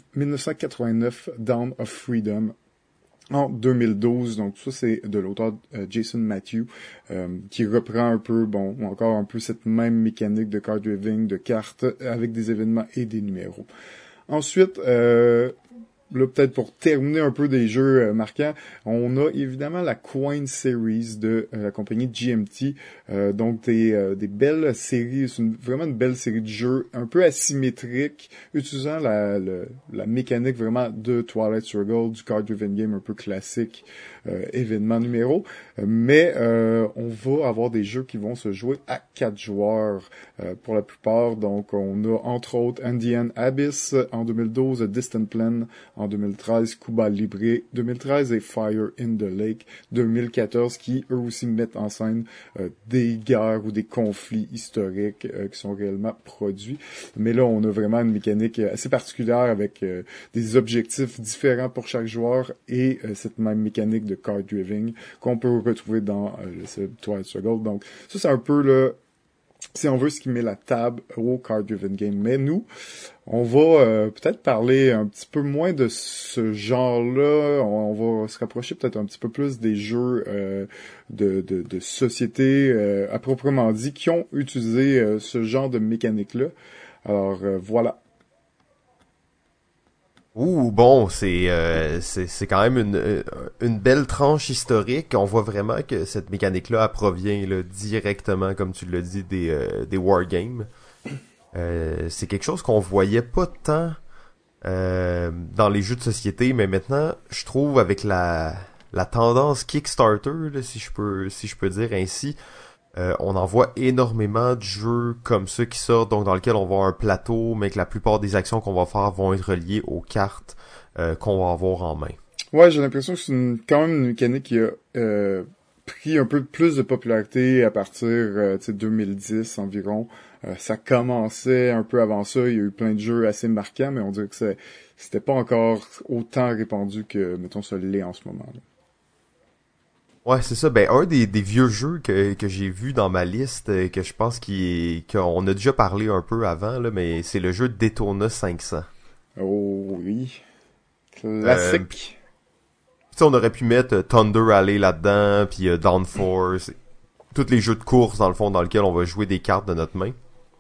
S2: 1989, Dawn of Freedom en 2012. Donc ça, c'est de l'auteur Jason Matthew, qui reprend un peu, encore un peu cette même mécanique de card driving, de cartes avec des événements et des numéros. Ensuite, là, peut-être pour terminer un peu des jeux marquants, on a évidemment la Coin Series de la compagnie GMT. Donc des belles séries, c'est vraiment une belle série de jeux un peu asymétriques, utilisant la mécanique vraiment de Twilight Struggle, du card-driven game un peu classique, événement numéro. Mais on va avoir des jeux qui vont se jouer à 4 joueurs pour la plupart. Donc on a entre autres Andean Abyss en 2012, Distant Plan en 2013, Cuba Libre 2013 et Fire in the Lake 2014, qui eux aussi mettent en scène des guerres ou des conflits historiques qui sont réellement produits. Mais là, on a vraiment une mécanique assez particulière avec des objectifs différents pour chaque joueur et cette même mécanique de card driving qu'on peut retrouver dans le Twilight Struggle. Donc ça, c'est un peu là si on veut ce qui met la table au card-driven game. Mais nous, on va peut-être parler un petit peu moins de ce genre-là. On va se rapprocher peut-être un petit peu plus des jeux de société à proprement dit qui ont utilisé ce genre de mécanique-là. Alors voilà.
S1: Ouh, bon, c'est quand même une belle tranche historique. On voit vraiment que cette mécanique-là elle provient là, directement, comme tu l'as dit, des wargames. C'est quelque chose qu'on voyait pas tant dans les jeux de société, mais maintenant, je trouve avec la tendance Kickstarter, là, si je peux dire ainsi, on en voit énormément de jeux comme ceux qui sortent, donc dans lesquels on va avoir un plateau, mais que la plupart des actions qu'on va faire vont être reliées aux cartes qu'on va avoir en main.
S2: Ouais, j'ai l'impression que c'est quand même une mécanique qui a pris un peu plus de popularité à partir de 2010 environ. Ça commençait un peu avant ça, il y a eu plein de jeux assez marquants, mais on dirait que c'était pas encore autant répandu que, mettons, ça l'est en ce moment. Là.
S1: Ouais, c'est ça. Ben, un des vieux jeux que j'ai vu dans ma liste, que je pense qu'on a déjà parlé un peu avant, là, mais c'est le jeu Daytona 500.
S2: Oh oui,
S1: Tu
S2: classique.
S1: sais, on aurait pu mettre Thunder Alley là-dedans, puis Downforce, tous les jeux de course, dans le fond, dans lesquels on va jouer des cartes de notre main.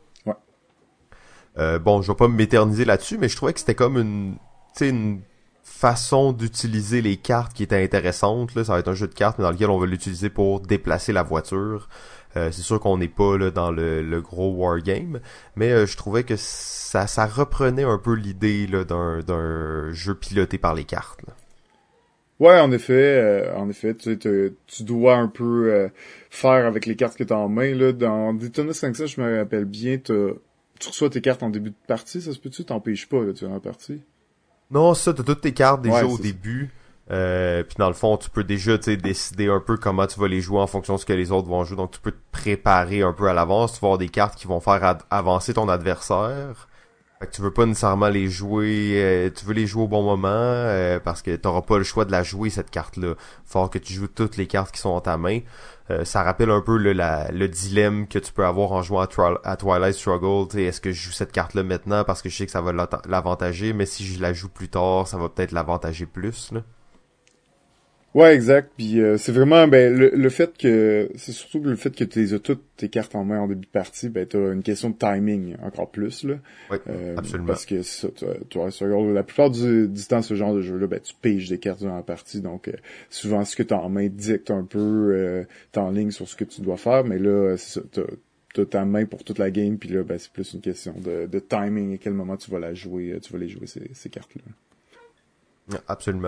S2: Ouais.
S1: Bon, je vais pas m'éterniser là-dessus, mais je trouvais que c'était comme une façon d'utiliser les cartes qui était intéressante. Là. Ça va être un jeu de cartes, mais dans lequel on va l'utiliser pour déplacer la voiture. C'est sûr qu'on n'est pas là, dans le gros wargame, mais je trouvais que ça reprenait un peu l'idée là, d'un jeu piloté par les cartes. Là.
S2: Ouais, en effet, tu dois un peu faire avec les cartes que t'as en main. Là. Dans Daytona 500, je me rappelle bien, tu reçois tes cartes en début de partie, ça se peut-tu? T'empêches pas, là, tu es en partie?
S1: Non, ça, t'as toutes tes cartes déjà
S2: Ouais,
S1: au début. Puis dans le fond, tu peux déjà décider un peu comment tu vas les jouer en fonction de ce que les autres vont jouer. Donc tu peux te préparer un peu à l'avance. Tu vas avoir des cartes qui vont faire avancer ton adversaire. Fait que tu veux pas nécessairement les jouer, tu veux les jouer au bon moment parce que t'auras pas le choix de la jouer cette carte-là. Faut que tu joues toutes les cartes qui sont en ta main. Ça rappelle un peu le dilemme que tu peux avoir en jouant à Twilight Struggle. T'sais, est-ce que je joue cette carte-là maintenant parce que je sais que ça va l'avantager, mais si je la joue plus tard, ça va peut-être l'avantager plus. Là.
S2: Ouais, exact. Puis c'est vraiment le fait que c'est surtout le fait que tu les as toutes tes cartes en main en début de partie, ben t'as une question de timing encore plus là.
S1: Oui, absolument.
S2: Parce que ça, la plupart du temps ce genre de jeu-là, ben tu piges des cartes durant la partie, donc souvent ce que t'as en main dicte un peu t'es en ligne sur ce que tu dois faire, mais là c'est ça, t'as ta main pour toute la game, puis là ben c'est plus une question de timing, à quel moment tu vas la jouer, tu vas les jouer ces cartes-là.
S1: Absolument.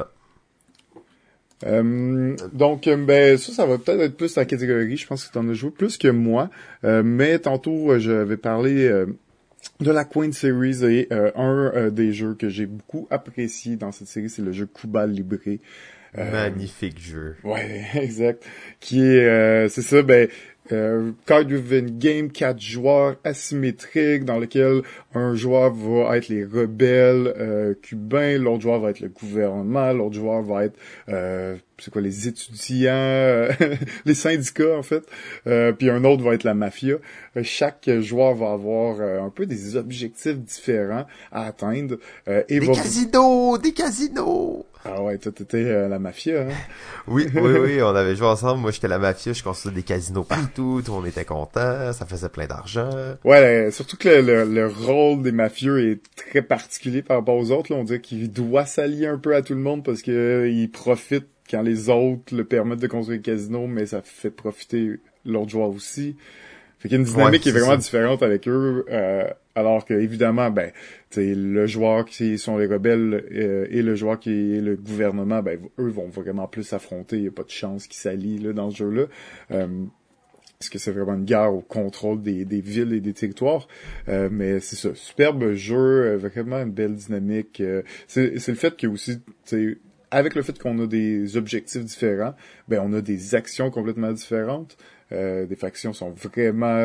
S2: Donc, ben ça va peut-être être plus ta catégorie. Je pense que tu en as joué plus que moi. Mais tantôt, je vais parler de la Queen Series et un des jeux que j'ai beaucoup apprécié dans cette série, c'est le jeu Cuba Libre.
S1: Magnifique jeu.
S2: Ouais, exact. Qui est, c'est ça, ben card-driven game, 4 joueurs asymétriques dans lequel un joueur va être les rebelles cubains, l'autre joueur va être le gouvernement, l'autre joueur va être c'est quoi les étudiants, les syndicats en fait, puis un autre va être la mafia. Chaque joueur va avoir un peu des objectifs différents à atteindre. Et
S1: Des casinos!
S2: Ah ouais, toi t'étais la mafia, hein?
S1: Oui, on avait joué ensemble. Moi, j'étais la mafia, je construisais des casinos partout, tout le monde était content, ça faisait plein d'argent.
S2: Ouais, surtout que le rôle des mafieux est très particulier par rapport aux autres. Là. On dirait qu'il doit s'allier un peu à tout le monde parce que il profite quand les autres le permettent de construire le casino, mais ça fait profiter l'autre joueur aussi. Fait qu'il y a une dynamique qui est vraiment différente avec eux, alors que évidemment, ben, tu le joueur qui sont les rebelles et le joueur qui est le gouvernement, ben, eux vont vraiment plus s'affronter. Il y a pas de chance qu'ils s'allient là dans ce jeu-là. Parce que c'est vraiment une guerre au contrôle des villes et des territoires. Mais c'est ça, superbe jeu, vraiment une belle dynamique. C'est le fait que aussi, avec le fait qu'on a des objectifs différents, ben on a des actions complètement différentes. Des factions sont vraiment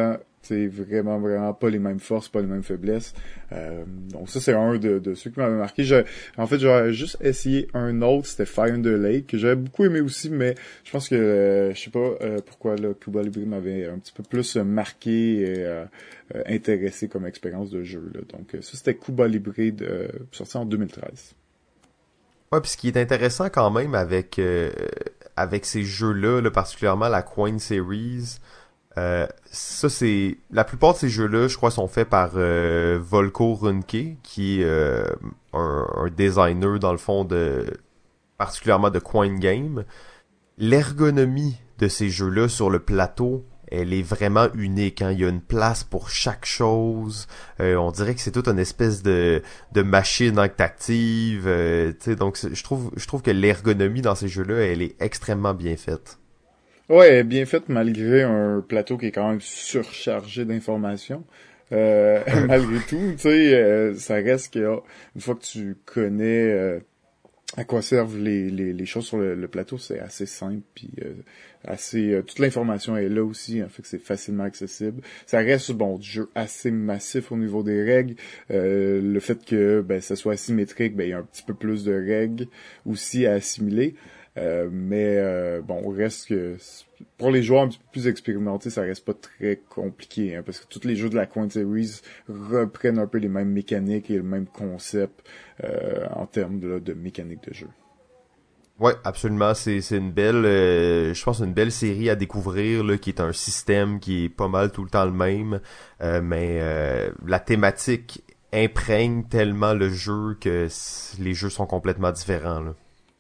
S2: C'est vraiment, vraiment pas les mêmes forces, pas les mêmes faiblesses. Donc ça, c'est un de ceux qui m'avaient marqué. En fait, j'aurais juste essayé un autre, c'était Fire in the Lake, que j'avais beaucoup aimé aussi, mais je pense que, je sais pas pourquoi là, Cuba Libre m'avait un petit peu plus marqué et intéressé comme expérience de jeu. Là. Donc ça, c'était Cuba Libre, sorti en 2013.
S1: Ouais, puis ce qui est intéressant quand même avec ces jeux-là, là, particulièrement la Coin Series, ça c'est la plupart de ces jeux-là, je crois, sont faits par Volko Ruhnke, qui est un designer dans le fond de particulièrement de Coin Game. L'ergonomie de ces jeux-là sur le plateau, elle est vraiment unique, hein. Il y a une place pour chaque chose. On dirait que c'est toute une espèce de machine active. Tu sais, donc je trouve que l'ergonomie dans ces jeux-là, elle est extrêmement bien faite.
S2: Ouais, elle est bien faite malgré un plateau qui est quand même surchargé d'informations. Malgré tout, tu sais, ça reste que une fois que tu connais à quoi servent les choses sur le plateau, c'est assez simple, puis toute l'information est là aussi, hein, fait que c'est facilement accessible. Ça reste bon du jeu assez massif au niveau des règles. Le fait que ça soit asymétrique, il y a un petit peu plus de règles aussi à assimiler. Bon, reste que pour les joueurs un petit peu plus expérimentés, ça reste pas très compliqué, hein, parce que tous les jeux de la Coin Series reprennent un peu les mêmes mécaniques et le même concept en termes de mécanique de jeu.
S1: Ouais, absolument. C'est une belle, je pense une belle série à découvrir là, qui est un système qui est pas mal tout le temps le même, mais la thématique imprègne tellement le jeu que les jeux sont complètement différents là.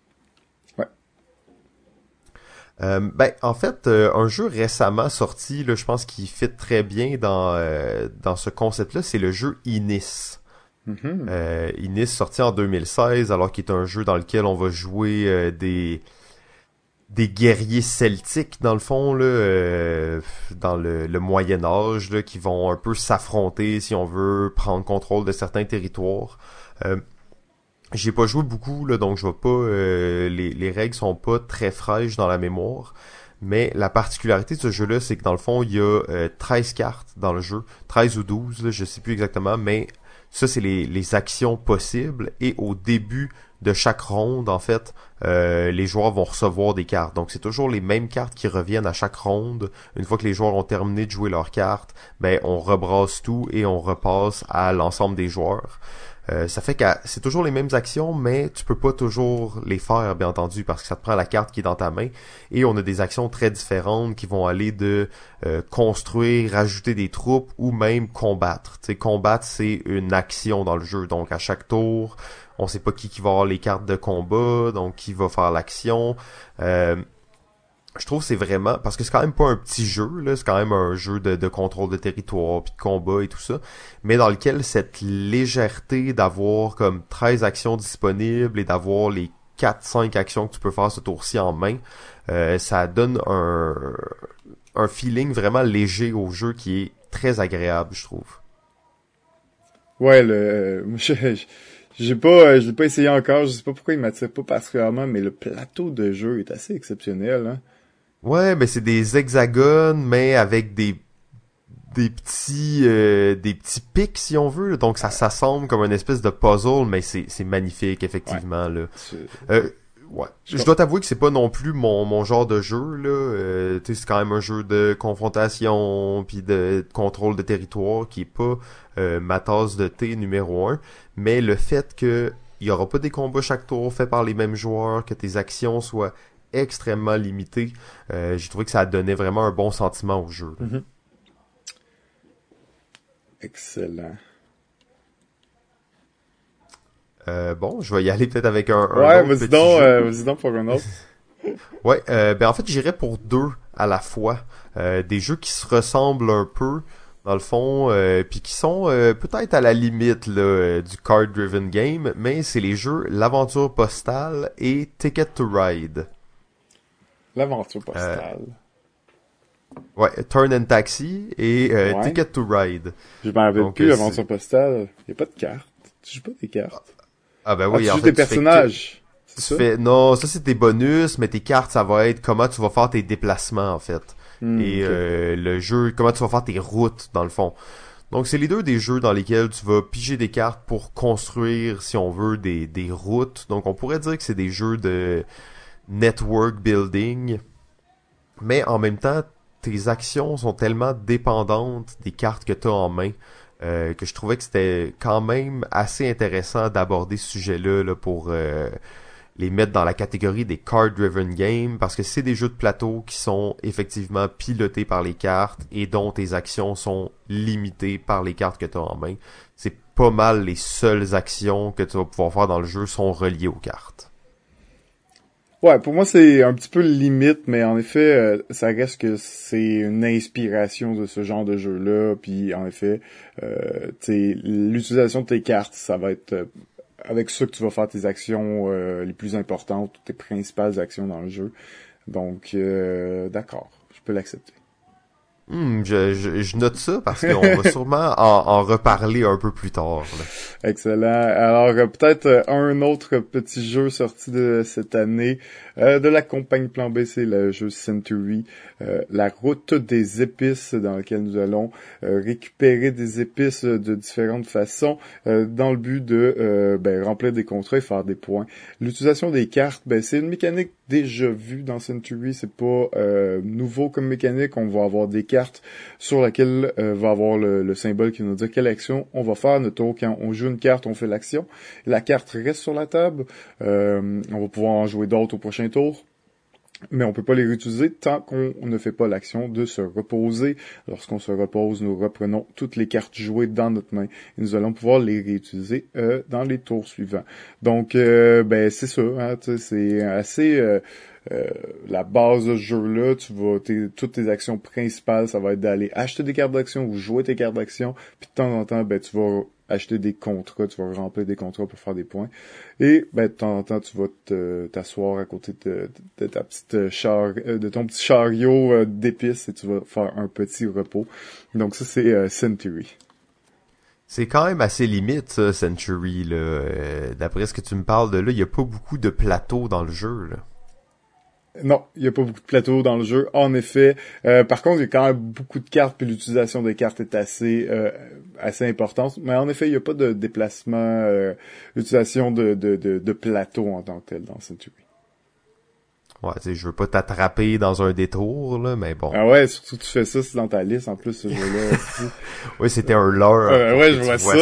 S1: En fait, un jeu récemment sorti, là, je pense qu'il fit très bien dans ce concept-là, c'est le jeu Inis.
S2: Mm-hmm.
S1: Inis sorti en 2016, alors qu'il est un jeu dans lequel on va jouer des guerriers celtiques dans le fond là, dans le Moyen Âge là, qui vont un peu s'affronter si on veut prendre contrôle de certains territoires. J'ai pas joué beaucoup, là, donc je vais pas. Les règles sont pas très fraîches dans la mémoire. Mais la particularité de ce jeu-là, c'est que dans le fond, il y a 13 cartes dans le jeu. 13 ou 12, là, je sais plus exactement, mais ça, c'est les actions possibles. Et au début de chaque ronde, en fait, les joueurs vont recevoir des cartes. Donc c'est toujours les mêmes cartes qui reviennent à chaque ronde. Une fois que les joueurs ont terminé de jouer leurs cartes, on rebrasse tout et on repasse à l'ensemble des joueurs. Ça fait que c'est toujours les mêmes actions, mais tu peux pas toujours les faire, bien entendu, parce que ça te prend la carte qui est dans ta main. Et on a des actions très différentes qui vont aller de construire, rajouter des troupes ou même combattre. Tu sais, combattre, c'est une action dans le jeu. Donc à chaque tour, on sait pas qui va avoir les cartes de combat, donc qui va faire l'action. Je trouve que c'est vraiment, parce que c'est quand même pas un petit jeu, là, c'est quand même un jeu de contrôle de territoire, puis de combat et tout ça, mais dans lequel cette légèreté d'avoir comme 13 actions disponibles et d'avoir les 4-5 actions que tu peux faire ce tour-ci en main, ça donne un feeling vraiment léger au jeu qui est très agréable, je trouve.
S2: Ouais, je l'ai pas essayé encore, je sais pas pourquoi il m'attire pas particulièrement, mais le plateau de jeu est assez exceptionnel, hein.
S1: Ouais, mais c'est des hexagones, mais avec des petits pics si on veut, donc ça semble comme une espèce de puzzle, mais c'est magnifique effectivement là. Ouais. Je dois t'avouer que c'est pas non plus mon genre de jeu là. Tu sais, c'est quand même un jeu de confrontation puis de contrôle de territoire qui est pas ma tasse de thé numéro 1, mais le fait que il y aura pas des combats chaque tour faits par les mêmes joueurs, que tes actions soient extrêmement limitées, j'ai trouvé que ça donnait vraiment un bon sentiment au jeu.
S2: Mm-hmm. Excellent.
S1: Bon, je vais y aller peut-être avec un
S2: ouais,
S1: autre petit jeu.
S2: Vas-y donc pour un autre.
S1: Ouais, en fait, j'irais pour deux à la fois. Des jeux qui se ressemblent un peu, dans le fond, puis qui sont peut-être à la limite là, du card-driven game, mais c'est les jeux L'Aventure Postale et Ticket to Ride.
S2: L'aventure postale.
S1: Ouais, Turn and Taxi et Ticket to Ride.
S2: Je m'en rappelle plus, l'aventure postale. Il n'y a pas de cartes. Tu joues pas des cartes.
S1: Ah ben oui,
S2: tu
S1: en
S2: joues
S1: fait,
S2: des personnages.
S1: Non, ça c'est tes bonus, mais tes cartes, ça va être comment tu vas faire tes déplacements, en fait. et le jeu, comment tu vas faire tes routes dans le fond. Donc c'est les deux des jeux dans lesquels tu vas piger des cartes pour construire, si on veut, des routes. Donc on pourrait dire que c'est des jeux de network building, mais en même temps, tes actions sont tellement dépendantes des cartes que tu as en main que je trouvais que c'était quand même assez intéressant d'aborder ce sujet-là là, pour les mettre dans la catégorie des card-driven games, parce que c'est des jeux de plateau qui sont effectivement pilotés par les cartes et dont tes actions sont limitées par les cartes que tu as en main. C'est pas mal les seules actions que tu vas pouvoir faire dans le jeu sont reliées aux cartes.
S2: Ouais, pour moi, c'est un petit peu limite, mais en effet, ça reste que c'est une inspiration de ce genre de jeu-là. Puis, en effet, l'utilisation de tes cartes, ça va être avec ça que tu vas faire tes actions les plus importantes, tes principales actions dans le jeu. Donc, d'accord, je peux l'accepter.
S1: Je note ça parce qu'on va sûrement en reparler un peu plus tard. Là.
S2: Excellent. Alors, peut-être un autre petit jeu sorti de cette année de la compagnie Plan B, c'est le jeu Century, la route des épices, dans lequel nous allons récupérer des épices de différentes façons dans le but de remplir des contrats et faire des points. L'utilisation des cartes, c'est une mécanique déjà vue dans Century, c'est pas nouveau comme mécanique. On va avoir des cartes sur laquelle va avoir le symbole qui va nous dire quelle action on va faire. Notons, quand on joue une carte, on fait l'action. La carte reste sur la table. On va pouvoir en jouer d'autres au prochain tour. Mais on peut pas les réutiliser tant qu'on ne fait pas l'action de se reposer. Lorsqu'on se repose, nous reprenons toutes les cartes jouées dans notre main et nous allons pouvoir les réutiliser dans les tours suivants. Donc, c'est ça. Hein, c'est assez la base de ce jeu-là. Toutes tes actions principales, ça va être d'aller acheter des cartes d'action ou jouer tes cartes d'action. Puis de temps en temps, tu vas acheter des contrats, tu vas remplir des contrats pour faire des points. Et de temps en temps, tu vas t'asseoir à côté de ta petite de ton petit chariot d'épices et tu vas faire un petit repos. Donc ça, c'est Century.
S1: C'est quand même assez limite, ça, Century, là. D'après ce que tu me parles de là, il n'y a pas beaucoup de plateaux dans le jeu, là.
S2: Non, il n'y a pas beaucoup de plateaux dans le jeu, en effet. Par contre, il y a quand même beaucoup de cartes, puis l'utilisation des cartes est assez importante. Mais en effet, il n'y a pas de déplacement, l'utilisation de plateaux en tant que tel dans Century.
S1: Ouais, tu sais, je veux pas t'attraper dans un détour, là, mais bon.
S2: Ah ouais, surtout tu fais ça, c'est dans ta liste, en plus, ce jeu-là.
S1: Oui, c'était un leurre.
S2: Ouais, je vois ça.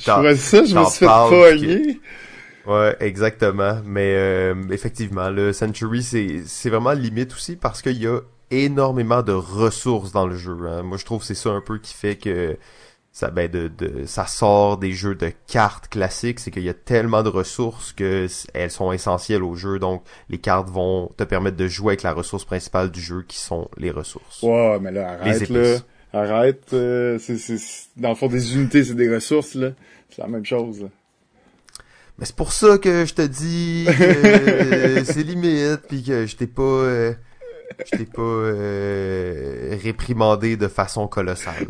S2: Je me suis fait pogner.
S1: Ouais, exactement. Mais effectivement, le Century, c'est vraiment limite aussi parce qu'il y a énormément de ressources dans le jeu. Hein. Moi, je trouve que c'est ça un peu qui fait que ça ça sort des jeux de cartes classiques, c'est qu'il y a tellement de ressources que elles sont essentielles au jeu. Donc, les cartes vont te permettre de jouer avec la ressource principale du jeu, qui sont les ressources.
S2: Ouais, mais là, arrête, là. Arrête. Dans le fond, des unités, c'est des ressources, là. C'est la même chose, là.
S1: Mais c'est pour ça que je te dis que c'est limite, puis que je t'ai pas réprimandé de façon colossale.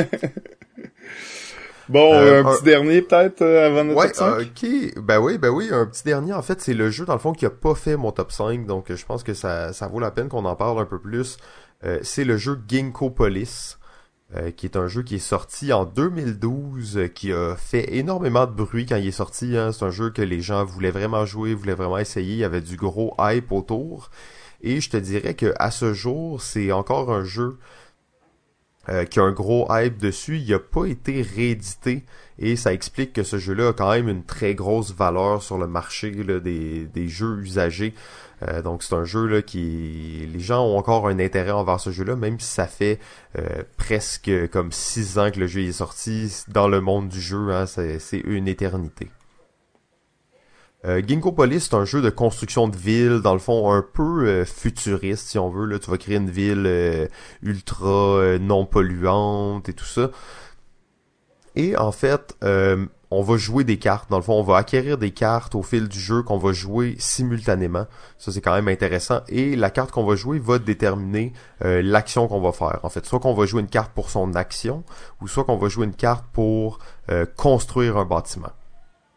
S2: Bon, un petit dernier peut-être avant notre top 5?
S1: Ok. Ben oui, un petit dernier. En fait, c'est le jeu dans le fond qui a pas fait mon top 5, donc je pense que ça vaut la peine qu'on en parle un peu plus. C'est le jeu Ginkgo Police. Qui est un jeu qui est sorti en 2012, qui a fait énormément de bruit quand il est sorti. Hein. C'est un jeu que les gens voulaient vraiment jouer, voulaient vraiment essayer. Il y avait du gros hype autour. Et je te dirais que à ce jour, c'est encore un jeu qui a un gros hype dessus. Il n'a pas été réédité et ça explique que ce jeu-là a quand même une très grosse valeur sur le marché là, des jeux usagés. Donc c'est un jeu là les gens ont encore un intérêt envers ce jeu-là, même si ça fait presque comme 6 ans que le jeu est sorti. Dans le monde du jeu, hein, c'est une éternité. Ginkgo Police, c'est un jeu de construction de ville, dans le fond un peu futuriste si on veut. Là, tu vas créer une ville ultra non polluante et tout ça. Et en fait, on va jouer des cartes. Dans le fond, on va acquérir des cartes au fil du jeu qu'on va jouer simultanément. Ça, c'est quand même intéressant. Et la carte qu'on va jouer va déterminer l'action qu'on va faire. En fait, soit qu'on va jouer une carte pour son action, ou soit qu'on va jouer une carte pour construire un bâtiment.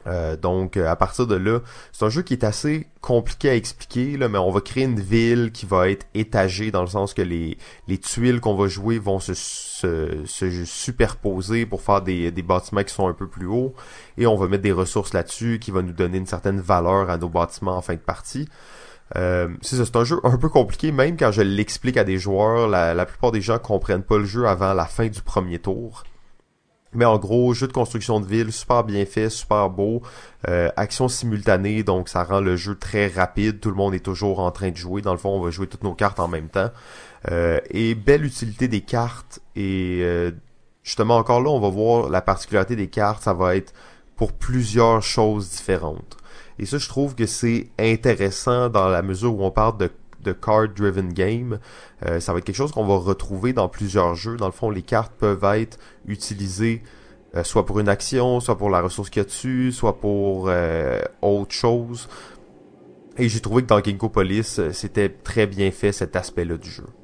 S1: Donc à partir de là, c'est un jeu qui est assez compliqué à expliquer là, mais on va créer une ville qui va être étagée dans le sens que les tuiles qu'on va jouer vont se superposer pour faire des bâtiments qui sont un peu plus hauts, et on va mettre des ressources là-dessus qui va nous donner une certaine valeur à nos bâtiments en fin de partie. C'est ça, c'est un jeu un peu compliqué, même quand je l'explique à des joueurs, la plupart des gens comprennent pas le jeu avant la fin du premier tour. Mais en gros, jeu de construction de ville, super bien fait, super beau, action simultanée, donc ça rend le jeu très rapide, tout le monde est toujours en train de jouer, dans le fond on va jouer toutes nos cartes en même temps, et belle utilité des cartes, et justement encore là on va voir la particularité des cartes, ça va être pour plusieurs choses différentes. Et ça je trouve que c'est intéressant dans la mesure où on parle de card-driven game. Ça va être quelque chose qu'on va retrouver dans plusieurs jeux. Dans le fond, les cartes peuvent être utilisées soit pour une action, soit pour la ressource qu'il y a dessus, soit pour autre chose. Et j'ai trouvé que dans Ginkgopolis, c'était très bien fait cet aspect-là du jeu.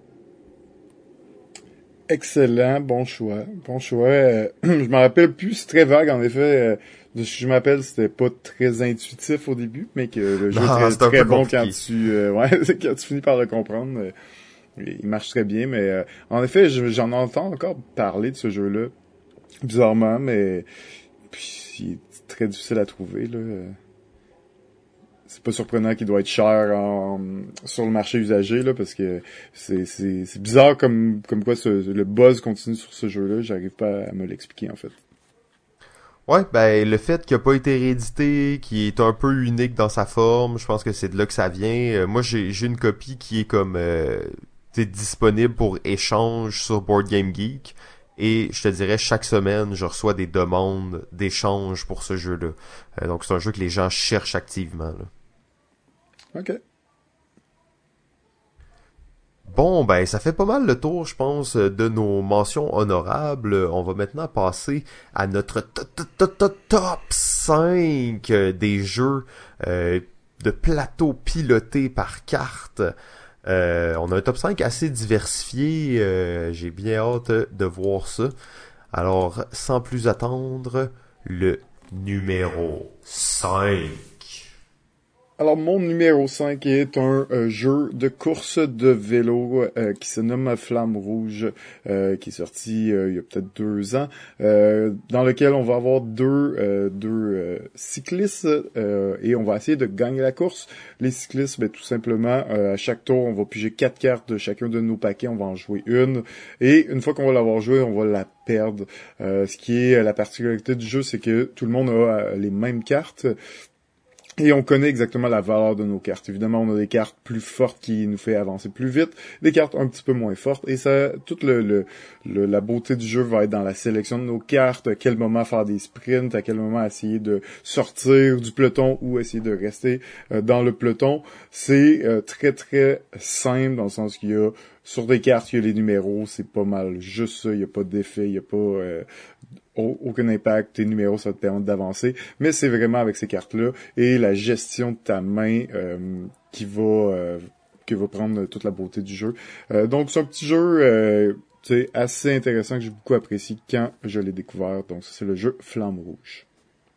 S2: Excellent, bon choix, bon choix. Je m'en rappelle plus, c'est très vague en effet. De ce que je m'appelle, c'était pas très intuitif au début, mais que le jeu est très, très bon quand quand tu finis par le comprendre. Il marche très bien, mais en effet, j'en entends encore parler de ce jeu-là, bizarrement, mais puis, il est très difficile à trouver là. C'est pas surprenant qu'il doit être cher sur le marché usagé là, parce que c'est bizarre comme quoi le buzz continue sur ce jeu-là. J'arrive pas à me l'expliquer en fait.
S1: Ouais, ben le fait qu'il a pas été réédité, qui est un peu unique dans sa forme, je pense que c'est de là que ça vient. Moi, j'ai une copie qui est comme disponible pour échange sur Board Game Geek, et je te dirais chaque semaine, je reçois des demandes d'échange pour ce jeu-là. Donc c'est un jeu que les gens cherchent activement là.
S2: OK.
S1: Bon, ben ça fait pas mal le tour, je pense, de nos mentions honorables. On va maintenant passer à notre top 5 des jeux de plateau pilotés par carte. On a un top 5 assez diversifié. J'ai bien hâte de voir ça. Alors, sans plus attendre, le numéro 5.
S2: Alors, mon numéro 5 est un jeu de course de vélo qui se nomme Flamme Rouge, qui est sorti il y a peut-être 2 ans, dans lequel on va avoir deux cyclistes et on va essayer de gagner la course. Les cyclistes, ben, tout simplement, à chaque tour, on va piger 4 cartes de chacun de nos paquets, on va en jouer une, et une fois qu'on va l'avoir joué, on va la perdre. Ce qui est la particularité du jeu, c'est que tout le monde a les mêmes cartes. Et on connaît exactement la valeur de nos cartes. Évidemment, on a des cartes plus fortes qui nous fait avancer plus vite, des cartes un petit peu moins fortes, et ça, toute la beauté du jeu va être dans la sélection de nos cartes, à quel moment faire des sprints, à quel moment essayer de sortir du peloton ou essayer de rester dans le peloton. C'est très très simple dans le sens qu'il y a sur des cartes, il y a les numéros, c'est pas mal juste ça, il y a pas d'effet, il y a pas aucun impact, tes numéros, ça va te permettre d'avancer, mais c'est vraiment avec ces cartes-là et la gestion de ta main qui va prendre toute la beauté du jeu. Donc c'est un petit jeu assez intéressant que j'ai beaucoup apprécié quand je l'ai découvert. Donc ça, c'est le jeu Flamme Rouge.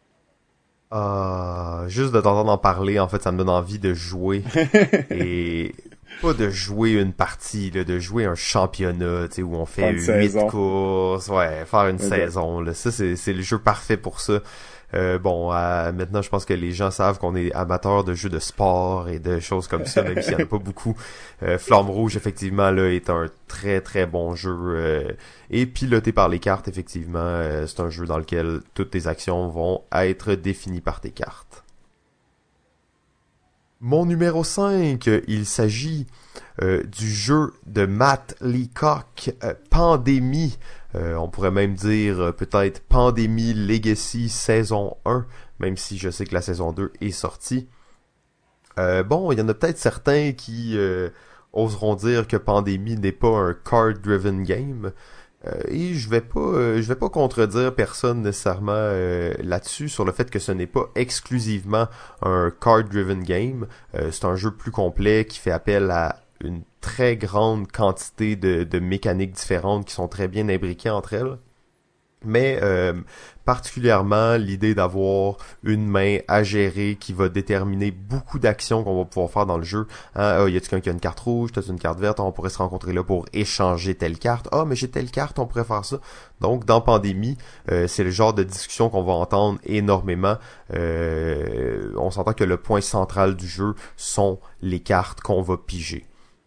S1: Juste de t'entendre en parler, en fait, ça me donne envie de jouer. Et pas de jouer une partie, là, de jouer un championnat, tu sais, où on fait 8 courses, ouais, faire une saison, là. Ça, c'est le jeu parfait pour ça. Maintenant, je pense que les gens savent qu'on est amateurs de jeux de sport et de choses comme ça, même s'il n'y en a pas beaucoup. Flamme Rouge, effectivement, là, est un très très bon jeu. Et piloté par les cartes, effectivement, c'est un jeu dans lequel toutes tes actions vont être définies par tes cartes. Mon numéro 5, il s'agit du jeu de Matt Leacock, Pandémie. On pourrait même dire peut-être Pandémie Legacy saison 1, même si je sais que la saison 2 est sortie. Il y en a peut-être certains qui oseront dire que Pandémie n'est pas un card-driven game. Et je vais pas contredire personne nécessairement là-dessus sur le fait que ce n'est pas exclusivement un card-driven game. C'est un jeu plus complet qui fait appel à une très grande quantité de mécaniques différentes qui sont très bien imbriquées entre elles. Mais particulièrement l'idée d'avoir une main à gérer qui va déterminer beaucoup d'actions qu'on va pouvoir faire dans le jeu. Hein? Y a quelqu'un qui a une carte rouge, t'as une carte verte, on pourrait se rencontrer là pour échanger telle carte. Mais j'ai telle carte, on pourrait faire ça. Donc dans Pandémie, c'est le genre de discussion qu'on va entendre énormément. On s'entend que le point central du jeu sont les cartes qu'on va piger.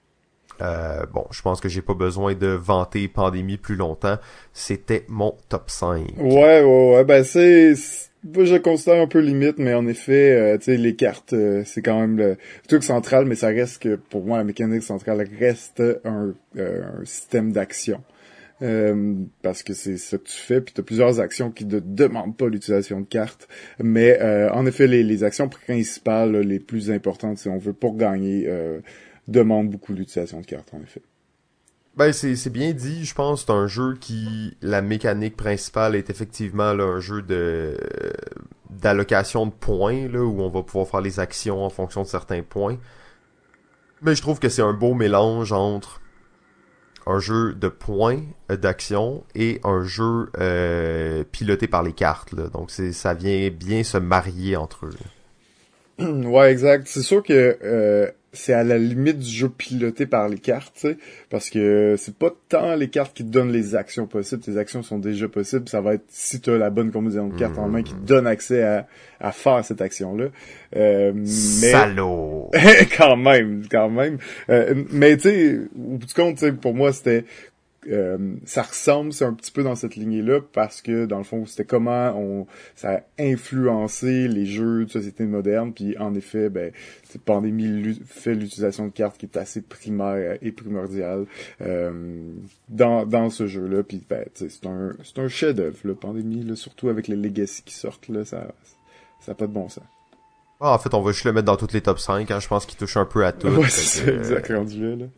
S1: Je pense que j'ai pas besoin de vanter Pandémie plus longtemps. C'était mon top 5.
S2: Ouais, ben moi, je le considère un peu limite, mais en effet, tu sais, les cartes, c'est quand même le truc central, mais ça reste que, pour moi, la mécanique centrale reste un système d'action. Parce que c'est ça que tu fais, puis tu as plusieurs actions qui ne demandent pas l'utilisation de cartes. Mais en effet, les actions principales, là, les plus importantes, si on veut, pour gagner, demandent beaucoup l'utilisation de cartes, en effet.
S1: Ben c'est bien dit, je pense c'est un jeu qui la mécanique principale est effectivement là, un jeu de d'allocation de points là où on va pouvoir faire les actions en fonction de certains points. Mais je trouve que c'est un beau mélange entre un jeu de points d'action et un jeu piloté par les cartes là. Donc ça vient bien se marier entre eux.
S2: Ouais, exact. C'est sûr que c'est à la limite du jeu piloté par les cartes, tu sais, parce que c'est pas tant les cartes qui te donnent les actions possibles. Tes actions sont déjà possibles. Ça va être si tu as la bonne combinaison de cartes en main qui te donne accès à faire cette action-là. Mais
S1: Salaud!
S2: quand même. Mais tu sais, au bout du compte, tu sais, pour moi, c'était ça ressemble, c'est un petit peu dans cette lignée-là, parce que, dans le fond, c'était comment ça a influencé les jeux de société moderne, puis en effet, ben, cette pandémie fait l'utilisation de cartes qui est assez primaire et primordiale, dans ce jeu-là, puis ben, c'est un chef-d'œuvre, la pandémie, là, surtout avec les Legacy qui sortent, là, ça a pas de bon sens.
S1: En fait, on va juste le mettre dans toutes les top 5, hein, je pense qu'il touche un peu à tout.
S2: Ouais, c'est exact rendu là.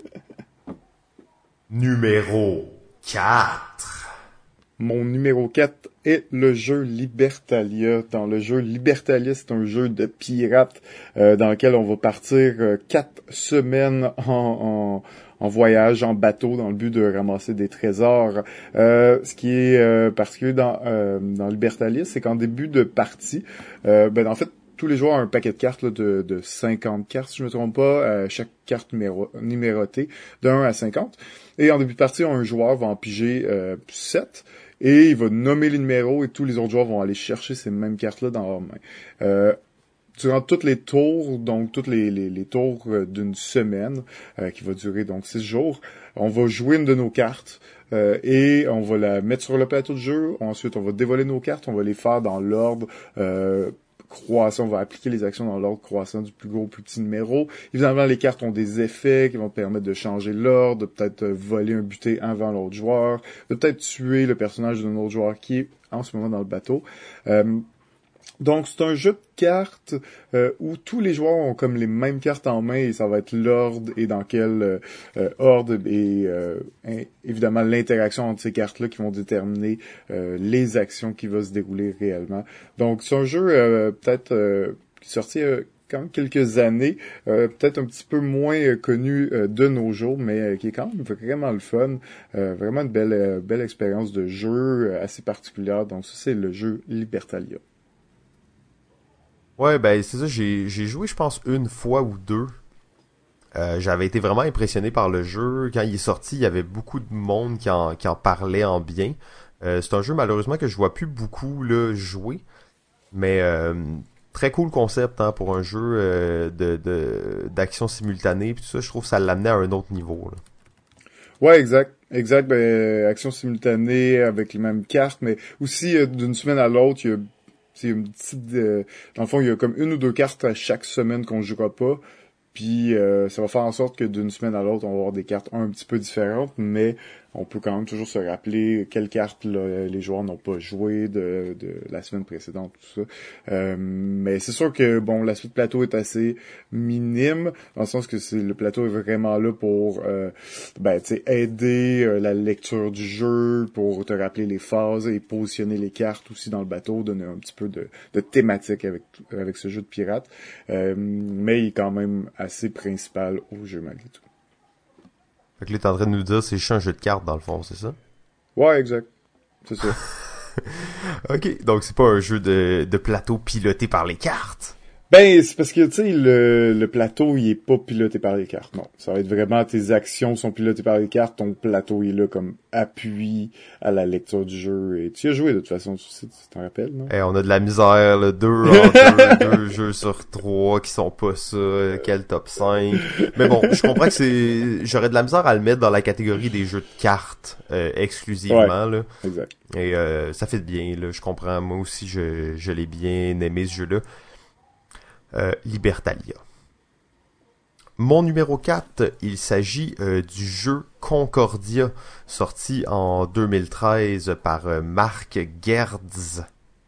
S1: Numéro 4.
S2: Mon numéro 4 est le jeu Libertalia. Dans le jeu Libertalia, c'est un jeu de pirates dans lequel on va partir 4 semaines en voyage, en bateau, dans le but de ramasser des trésors. Ce qui est particulier dans Libertalia, c'est qu'en début de partie, en fait, tous les joueurs ont un paquet de cartes là, de 50 cartes, si je me trompe pas, chaque carte numérotée de 1 à 50. Et en début de partie, un joueur va en piger 7 et il va nommer les numéros et tous les autres joueurs vont aller chercher ces mêmes cartes-là dans leur main. Durant tous les tours, donc tous les tours d'une semaine, qui va durer donc 6 jours, on va jouer une de nos cartes et on va la mettre sur le plateau de jeu. Ensuite, on va dévoiler nos cartes, on va les faire dans l'ordre croissant, on va appliquer les actions dans l'ordre croissant du plus gros au plus petit numéro. Évidemment, les cartes ont des effets qui vont permettre de changer l'ordre, de peut-être voler un butin avant l'autre joueur, de peut-être tuer le personnage d'un autre joueur qui est en ce moment dans le bateau. Donc, c'est un jeu de cartes où tous les joueurs ont comme les mêmes cartes en main et ça va être l'ordre et dans quel ordre et évidemment l'interaction entre ces cartes-là qui vont déterminer les actions qui vont se dérouler réellement. Donc, c'est un jeu peut-être qui est sorti quand même quelques années, peut-être un petit peu moins connu de nos jours, mais qui est quand même vraiment le fun. Vraiment une belle expérience de jeu assez particulière. Donc, ça, c'est le jeu Libertalia.
S1: Ouais, ben c'est ça, j'ai joué je pense une fois ou deux. J'avais été vraiment impressionné par le jeu. Quand il est sorti, il y avait beaucoup de monde qui en parlait en bien. C'est un jeu malheureusement que je vois plus beaucoup là, jouer. Mais très cool concept hein, pour un jeu d'action simultanée. Puis tout ça, je trouve que ça l'amenait à un autre niveau. Là.
S2: Ouais, exact. Ben, action simultanée avec les mêmes cartes, mais aussi d'une semaine à l'autre, il y a c'est une petite dans le fond, il y a comme une ou deux cartes à chaque semaine qu'on jouera pas. Puis ça va faire en sorte que d'une semaine à l'autre, on va avoir des cartes un petit peu différentes, mais on peut quand même toujours se rappeler quelles cartes là, les joueurs n'ont pas joué de la semaine précédente, tout ça. Mais c'est sûr que bon, la suite plateau est assez minime, dans le sens que le plateau est vraiment là pour aider la lecture du jeu, pour te rappeler les phases et positionner les cartes aussi dans le bateau, donner un petit peu de thématique avec ce jeu de pirate. Mais il est quand même assez principal au jeu malgré tout.
S1: Fait que là, t'es en train de nous dire c'est juste un jeu de cartes dans le fond, c'est ça?
S2: Ouais, exact. C'est ça.
S1: Ok, donc c'est pas un jeu de plateau piloté par les cartes.
S2: Ben, c'est parce que, tu sais, le plateau, il est pas piloté par les cartes, non. Ça va être vraiment, tes actions sont pilotées par les cartes, ton plateau est là comme appui à la lecture du jeu, et tu y as joué de toute façon, tu t'en rappelles, non?
S1: Et on a de la misère, là, 2 jeux sur 3 qui sont pas ça, quel top 5. Mais bon, je comprends que j'aurais de la misère à le mettre dans la catégorie des jeux de cartes, exclusivement, là.
S2: Exact.
S1: Et ça fait bien, là, je comprends. Moi aussi, je l'ai bien aimé, ce jeu-là. Libertalia. Mon numéro 4, il s'agit du jeu Concordia, sorti en 2013 par Marc Gerds.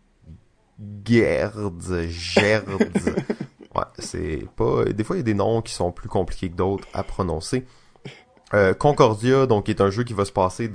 S1: Gerds. Ouais, c'est pas... Des fois, il y a des noms qui sont plus compliqués que d'autres à prononcer. Concordia, donc, est un jeu qui va se passer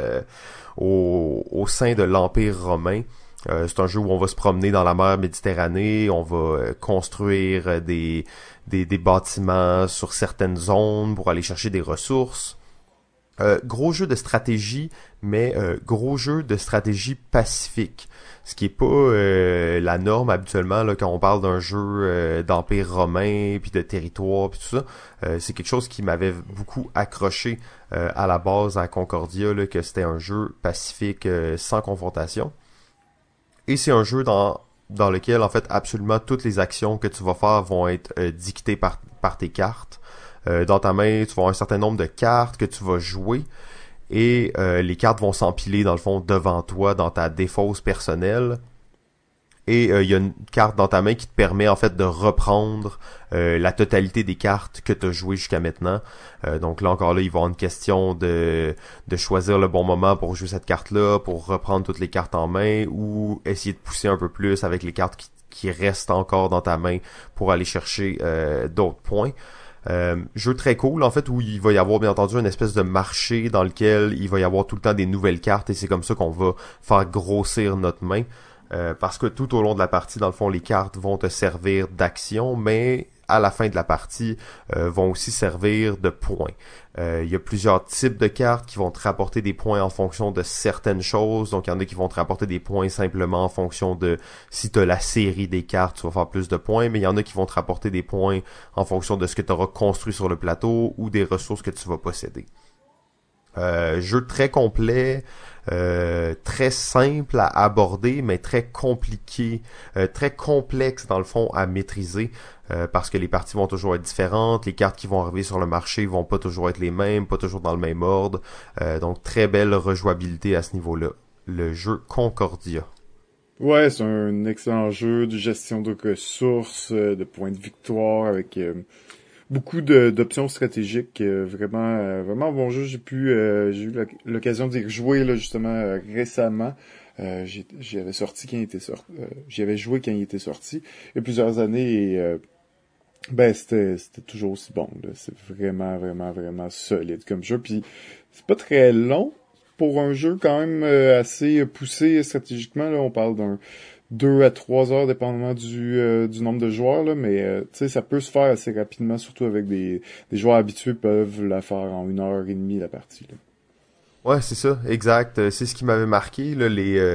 S1: au sein de l'Empire romain. C'est un jeu où on va se promener dans la mer Méditerranée, on va construire des bâtiments sur certaines zones pour aller chercher des ressources. Gros jeu de stratégie, mais gros jeu de stratégie pacifique. Ce qui est pas la norme habituellement là, quand on parle d'un jeu d'empire romain, puis de territoire, puis tout ça. C'est quelque chose qui m'avait beaucoup accroché à la base à Concordia, là, que c'était un jeu pacifique sans confrontation. Et c'est un jeu dans lequel, en fait, absolument toutes les actions que tu vas faire vont être dictées par tes cartes. Dans ta main, tu vas avoir un certain nombre de cartes que tu vas jouer. Et les cartes vont s'empiler, dans le fond, devant toi, dans ta défausse personnelle. Et il y a une carte dans ta main qui te permet, en fait, de reprendre la totalité des cartes que tu as jouées jusqu'à maintenant. Donc là, encore là, il va y avoir une question de choisir le bon moment pour jouer cette carte-là, pour reprendre toutes les cartes en main, ou essayer de pousser un peu plus avec les cartes qui restent encore dans ta main pour aller chercher d'autres points. Jeu très cool, en fait, où il va y avoir, bien entendu, une espèce de marché dans lequel il va y avoir tout le temps des nouvelles cartes, et c'est comme ça qu'on va faire grossir notre main. Parce que tout au long de la partie, dans le fond, les cartes vont te servir d'action, mais à la fin de la partie, vont aussi servir de points. Il y a plusieurs types de cartes qui vont te rapporter des points en fonction de certaines choses. Donc, il y en a qui vont te rapporter des points simplement en fonction de si tu as la série des cartes, tu vas faire plus de points, mais il y en a qui vont te rapporter des points en fonction de ce que tu auras construit sur le plateau ou des ressources que tu vas posséder. Jeu très complet, très simple à aborder, mais très compliqué, très complexe dans le fond à maîtriser, parce que les parties vont toujours être différentes, les cartes qui vont arriver sur le marché vont pas toujours être les mêmes, pas toujours dans le même ordre, donc très belle rejouabilité à ce niveau-là. Le jeu Concordia.
S2: Ouais, c'est un excellent jeu de gestion de ressources, de points de victoire avec beaucoup d'options stratégiques, vraiment bon jeu. J'ai eu l'occasion d'y rejouer là justement récemment. J'y avais sorti quand il était sorti. J'y avais joué quand il était sorti il y a plusieurs années et ben c'était toujours aussi bon là. C'est vraiment solide comme jeu. Puis c'est pas très long pour un jeu quand même assez poussé stratégiquement là. On parle d'un 2 à 3 heures, dépendamment du nombre de joueurs, là, mais tu sais, ça peut se faire assez rapidement, surtout avec des joueurs habitués peuvent la faire en 1 heure et demie la partie. Là.
S1: Ouais, c'est ça, exact. C'est ce qui m'avait marqué, là,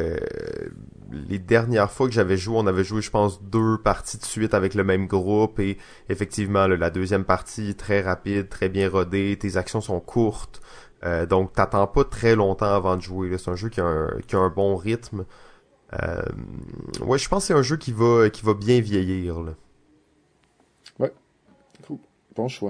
S1: les dernières fois que j'avais joué, on avait joué, je pense, 2 parties de suite avec le même groupe, et effectivement, là, la deuxième partie, très rapide, très bien rodée, tes actions sont courtes, donc t'attends pas très longtemps avant de jouer, là. C'est un jeu qui a un bon rythme. Ouais, je pense que c'est un jeu qui va bien vieillir, là.
S2: Ouais, cool. Bon choix.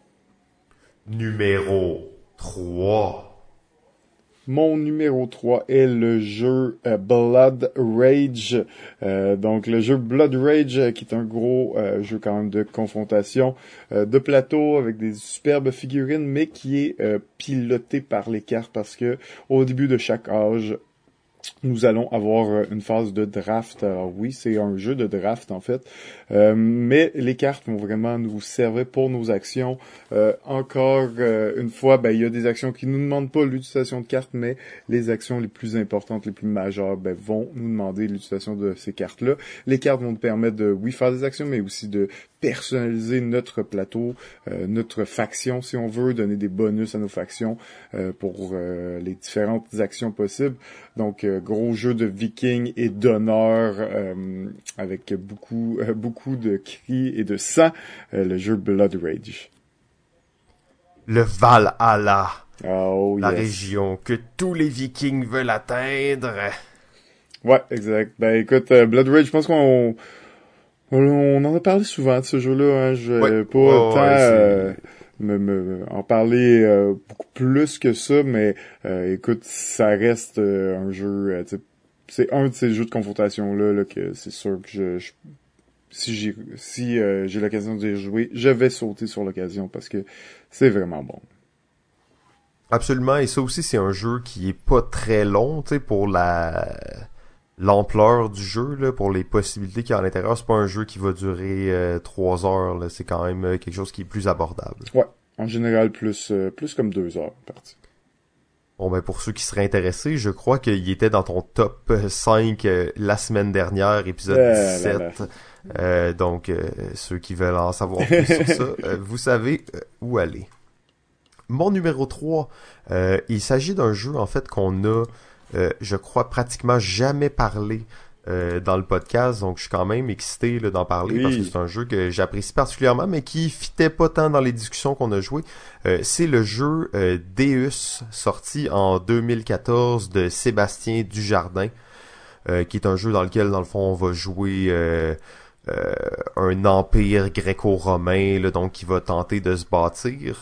S1: Numéro 3.
S2: Mon numéro 3 est le jeu Blood Rage. Donc le jeu Blood Rage qui est un gros jeu quand même de confrontation de plateau avec des superbes figurines mais qui est piloté par les cartes parce que au début de chaque âge nous allons avoir une phase de draft. Alors oui, c'est un jeu de draft en fait, mais les cartes vont vraiment nous servir pour nos actions. Encore une fois, ben il y a des actions qui nous demandent pas l'utilisation de cartes, mais les actions les plus importantes, les plus majeures, ben vont nous demander l'utilisation de ces cartes-là. Les cartes vont nous permettre de, oui, faire des actions, mais aussi de personnaliser notre plateau, notre faction si on veut, donner des bonus à nos factions pour les différentes actions possibles. Donc gros jeu de vikings et d'honneur, avec beaucoup de cris et de sang, le jeu Blood Rage.
S1: Le Valhalla.
S2: Oh,
S1: la
S2: yes.
S1: région que tous les vikings veulent atteindre.
S2: Ouais, exact. Ben écoute, Blood Rage, je pense on en a parlé souvent de ce jeu-là. Hein. Je vais pas en parler beaucoup plus que ça, mais écoute, ça reste un jeu. C'est un de ces jeux de confrontation là que c'est sûr que si j'ai l'occasion de jouer, je vais sauter sur l'occasion parce que c'est vraiment bon.
S1: Absolument, et ça aussi c'est un jeu qui est pas très long, tu sais, pour l'ampleur du jeu, là, pour les possibilités qu'il y a à l'intérieur. C'est pas un jeu qui va durer 3 heures, là. C'est quand même quelque chose qui est plus abordable.
S2: Ouais, en général plus comme 2 heures partie.
S1: Bon, ben pour ceux qui seraient intéressés, je crois qu'il était dans ton top 5 la semaine dernière, épisode 17. Donc, ceux qui veulent en savoir plus sur ça, vous savez où aller. Mon numéro 3, il s'agit d'un jeu en fait qu'on a, je crois, pratiquement jamais parlé dans le podcast, donc je suis quand même excité là, d'en parler parce que c'est un jeu que j'apprécie particulièrement, mais qui fitait pas tant dans les discussions qu'on a jouées. C'est le jeu Deus, sorti en 2014 de Sébastien Dujardin, qui est un jeu dans lequel, dans le fond, on va jouer un empire gréco-romain, là, donc qui va tenter de se bâtir.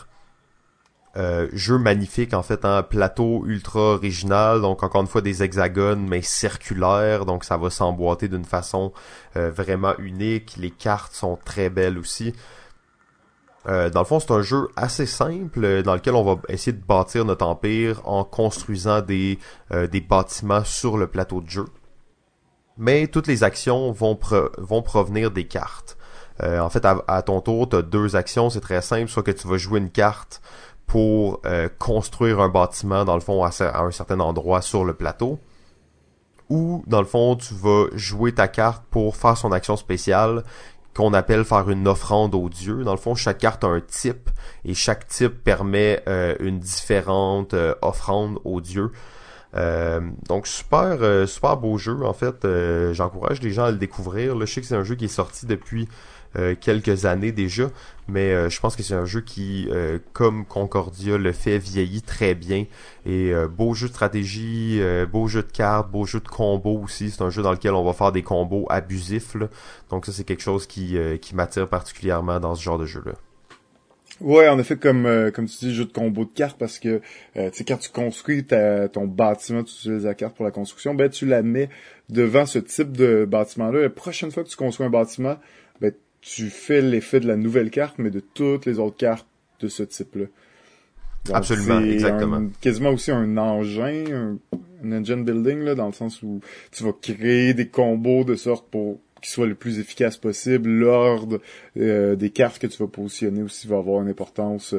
S1: Jeu magnifique en fait, un plateau ultra original, donc encore une fois des hexagones mais circulaires, donc ça va s'emboîter d'une façon vraiment unique. Les cartes sont très belles aussi. Dans le fond, c'est un jeu assez simple dans lequel on va essayer de bâtir notre empire en construisant des bâtiments sur le plateau de jeu. Mais toutes les actions vont provenir des cartes. En fait, à ton tour, tu as 2 actions, c'est très simple, soit que tu vas jouer une carte pour construire un bâtiment, dans le fond, à un certain endroit sur le plateau. Ou, dans le fond, tu vas jouer ta carte pour faire son action spéciale, qu'on appelle faire une offrande aux dieux. Dans le fond, chaque carte a un type, et chaque type permet une différente offrande aux dieux. Donc, super beau jeu, en fait. J'encourage les gens à le découvrir. Là, je sais que c'est un jeu qui est sorti depuis quelques années déjà, mais je pense que c'est un jeu qui, comme Concordia le fait, vieillit très bien. Et beau jeu de stratégie, beau jeu de cartes, beau jeu de combos aussi. C'est un jeu dans lequel on va faire des combos abusifs, là. Donc ça, c'est quelque chose qui m'attire particulièrement dans ce genre de jeu-là.
S2: Ouais, en effet, comme tu dis, jeu de combo de cartes, parce que tu sais, quand tu construis ton bâtiment, tu utilises la carte pour la construction, ben tu la mets devant ce type de bâtiment-là. La prochaine fois que tu construis un bâtiment, ben tu fais l'effet de la nouvelle carte, mais de toutes les autres cartes de ce type-là. Donc,
S1: absolument, exactement.
S2: Quasiment aussi un engin, un engine building, là, dans le sens où tu vas créer des combos de sorte pour qu'ils soient le plus efficace possible. L'ordre des cartes que tu vas positionner aussi va avoir une importance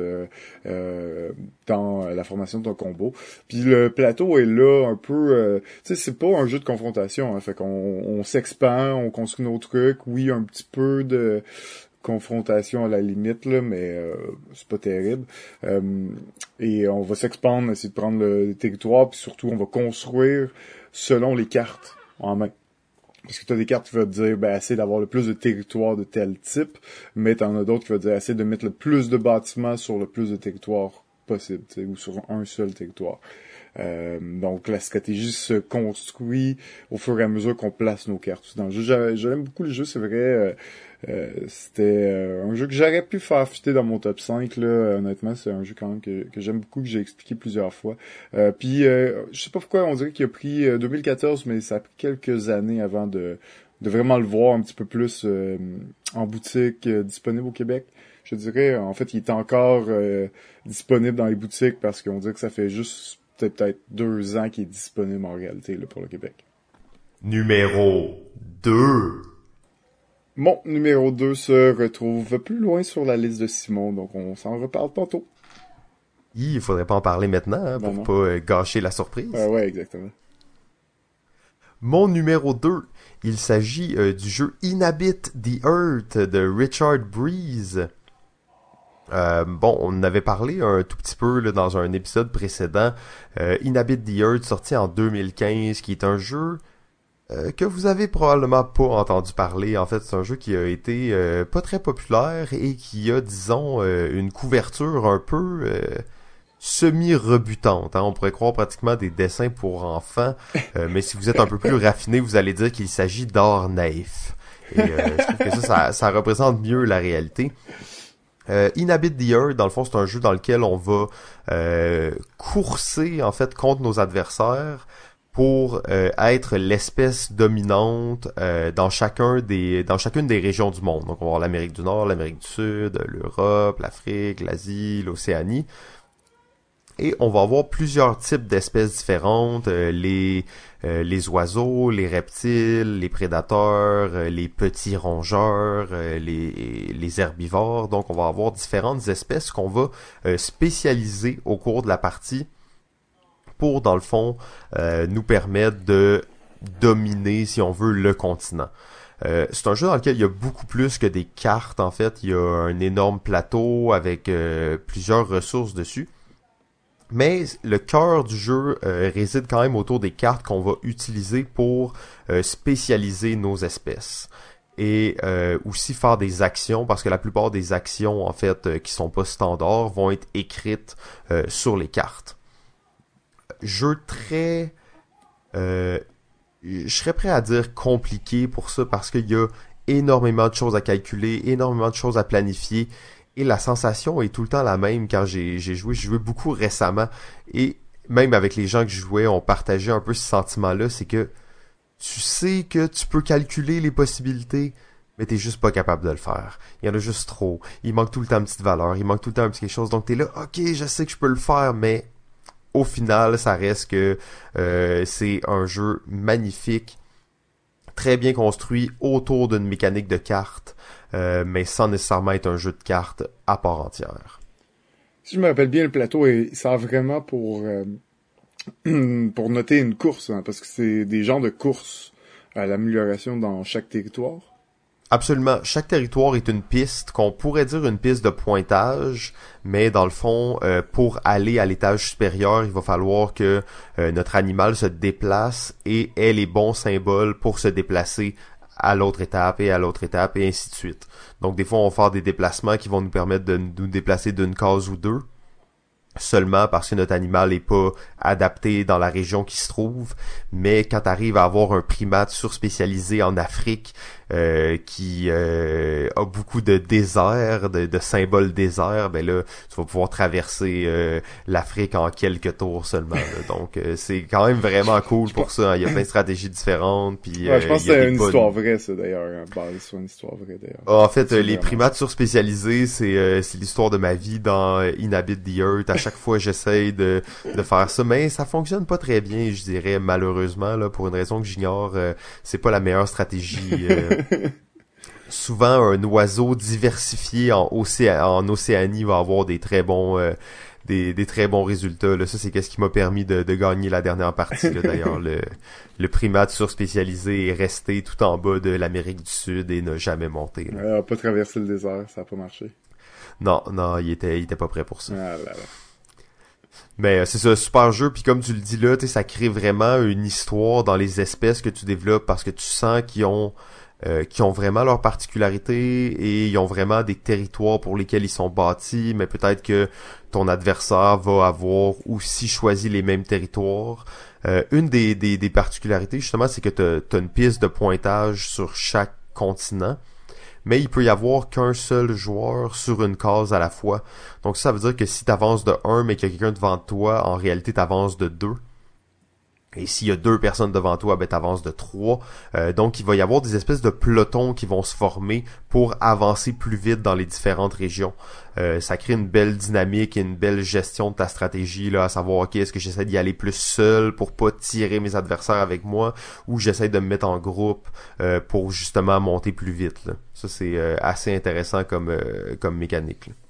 S2: dans la formation de ton combo. Puis le plateau est là un peu... tu sais, c'est pas un jeu de confrontation. Hein, fait qu'on s'expand, on construit nos trucs. Oui, un petit peu de confrontation à la limite, là, mais c'est pas terrible. Et on va s'expandre, essayer de prendre le territoire, puis surtout, on va construire selon les cartes en main. Parce que tu as des cartes qui vont te dire, ben, essayer d'avoir le plus de territoire de tel type, mais t'en as d'autres qui vont te dire, essayer de mettre le plus de bâtiments sur le plus de territoire possible, ou sur un seul territoire. Donc la stratégie se construit au fur et à mesure qu'on place nos cartes dans le jeu. J'aime beaucoup le jeu, c'est vrai. C'était un jeu que j'aurais pu faire fitter dans mon top 5 là. Honnêtement, c'est un jeu quand même que j'aime beaucoup, que j'ai expliqué plusieurs fois. Puis je sais pas pourquoi on dirait qu'il a pris 2014, mais ça a pris quelques années avant de vraiment le voir un petit peu plus en boutique, disponible au Québec. Je dirais, en fait, il est encore disponible dans les boutiques parce qu'on dirait que ça fait juste peut-être 2 ans qu'il est disponible en réalité là, pour le Québec.
S1: Numéro 2.
S2: Mon numéro 2 se retrouve plus loin sur la liste de Simon, donc on s'en reparle tantôt.
S1: Il faudrait pas en parler maintenant, hein, pour pas gâcher la surprise.
S2: Ouais, exactement.
S1: Mon numéro 2, il s'agit du jeu Inhabit the Earth de Richard Breeze. Bon, on en avait parlé un tout petit peu là, dans un épisode précédent. Inhabit the Earth, sorti en 2015, qui est un jeu que vous avez probablement pas entendu parler. En fait, c'est un jeu qui a été pas très populaire et qui a, disons, une couverture un peu semi-rebutante. Hein. On pourrait croire pratiquement des dessins pour enfants, mais si vous êtes un peu plus raffiné, vous allez dire qu'il s'agit d'art naïf. Et je trouve que ça représente mieux la réalité. Inhabit the Earth, dans le fond, c'est un jeu dans lequel on va courser en fait contre nos adversaires pour être l'espèce dominante dans chacune des régions du monde. Donc on va avoir l'Amérique du Nord, l'Amérique du Sud, l'Europe, l'Afrique, l'Asie, l'Océanie. Et on va avoir plusieurs types d'espèces différentes, les oiseaux, les reptiles, les prédateurs, les petits rongeurs, les herbivores. Donc on va avoir différentes espèces qu'on va spécialiser au cours de la partie pour, dans le fond, nous permettre de dominer, si on veut, le continent. C'est un jeu dans lequel il y a beaucoup plus que des cartes, en fait. Il y a un énorme plateau avec plusieurs ressources dessus. Mais le cœur du jeu réside quand même autour des cartes qu'on va utiliser pour spécialiser nos espèces. Et aussi faire des actions, parce que la plupart des actions, en fait, qui sont pas standards, vont être écrites sur les cartes. Jeu très... je serais prêt à dire compliqué pour ça, parce qu'il y a énormément de choses à calculer, énormément de choses à planifier. Et la sensation est tout le temps la même quand j'ai joué beaucoup récemment. Et même avec les gens que je jouais, on partageait un peu ce sentiment-là. C'est que tu sais que tu peux calculer les possibilités, mais t'es juste pas capable de le faire. Il y en a juste trop. Il manque tout le temps une petite valeur. Il manque tout le temps un petit quelque chose. Donc t'es là, ok, je sais que je peux le faire, mais au final, ça reste que c'est un jeu magnifique, très bien construit autour d'une mécanique de cartes. Mais sans nécessairement être un jeu de cartes à part entière.
S2: Si je me rappelle bien, le plateau sert vraiment pour noter une course, hein, parce que c'est des genres de courses à l'amélioration dans chaque territoire.
S1: Absolument. Chaque territoire est une piste qu'on pourrait dire une piste de pointage, mais dans le fond, pour aller à l'étage supérieur, il va falloir que notre animal se déplace et ait les bons symboles pour se déplacer à l'autre étape et à l'autre étape et ainsi de suite. Donc des fois on va faire des déplacements qui vont nous permettre de nous déplacer d'une case ou deux, seulement parce que notre animal n'est pas adapté dans la région qui se trouve. Mais quand tu arrives à avoir un primate surspécialisé en Afrique qui a beaucoup de déserts, de symboles déserts, ben là, tu vas pouvoir traverser l'Afrique en quelques tours seulement. Là. Donc, c'est quand même vraiment cool pour ça. Hein. Il y a plein de stratégies différentes. Puis,
S2: ouais, je pense que c'est une histoire vraie, ça, d'ailleurs. Basé sur une histoire vraie, d'ailleurs.
S1: En fait, les primates surspécialisés, c'est l'histoire de ma vie dans Inhabit the Earth. À chaque fois, j'essaye de faire ça, mais ça fonctionne pas très bien, je dirais, malheureusement, là, pour une raison que j'ignore. C'est pas la meilleure stratégie. Souvent, un oiseau diversifié en Océanie va avoir des très bons des très bons résultats. Là. Ça, c'est qu'est-ce qui m'a permis de gagner la dernière partie. Là. D'ailleurs, le primate surspécialisé est resté tout en bas de l'Amérique du Sud et n'a jamais monté. Là.
S2: Pas traversé le désert, ça a pas marché.
S1: Non, il était pas prêt pour ça.
S2: Ah là là.
S1: Mais c'est ça, super jeu, puis comme tu le dis là, ça crée vraiment une histoire dans les espèces que tu développes parce que tu sens qu'ils ont vraiment leurs particularités et ils ont vraiment des territoires pour lesquels ils sont bâtis, mais peut-être que ton adversaire va avoir aussi choisi les mêmes territoires. Une des particularités, justement, c'est que t'as une piste de pointage sur chaque continent, mais il peut y avoir qu'un seul joueur sur une case à la fois. Donc ça veut dire que si t'avances de 1 mais qu'il y a quelqu'un devant toi, en réalité t'avances de 2. Et s'il y a 2 personnes devant toi, ben t'avances de 3. Donc il va y avoir des espèces de pelotons qui vont se former pour avancer plus vite dans les différentes régions. Ça crée une belle dynamique et une belle gestion de ta stratégie, là, à savoir, ok, est-ce que j'essaie d'y aller plus seul pour pas tirer mes adversaires avec moi, ou j'essaie de me mettre en groupe pour justement monter plus vite. Là. Ça, c'est assez intéressant comme mécanique. Là.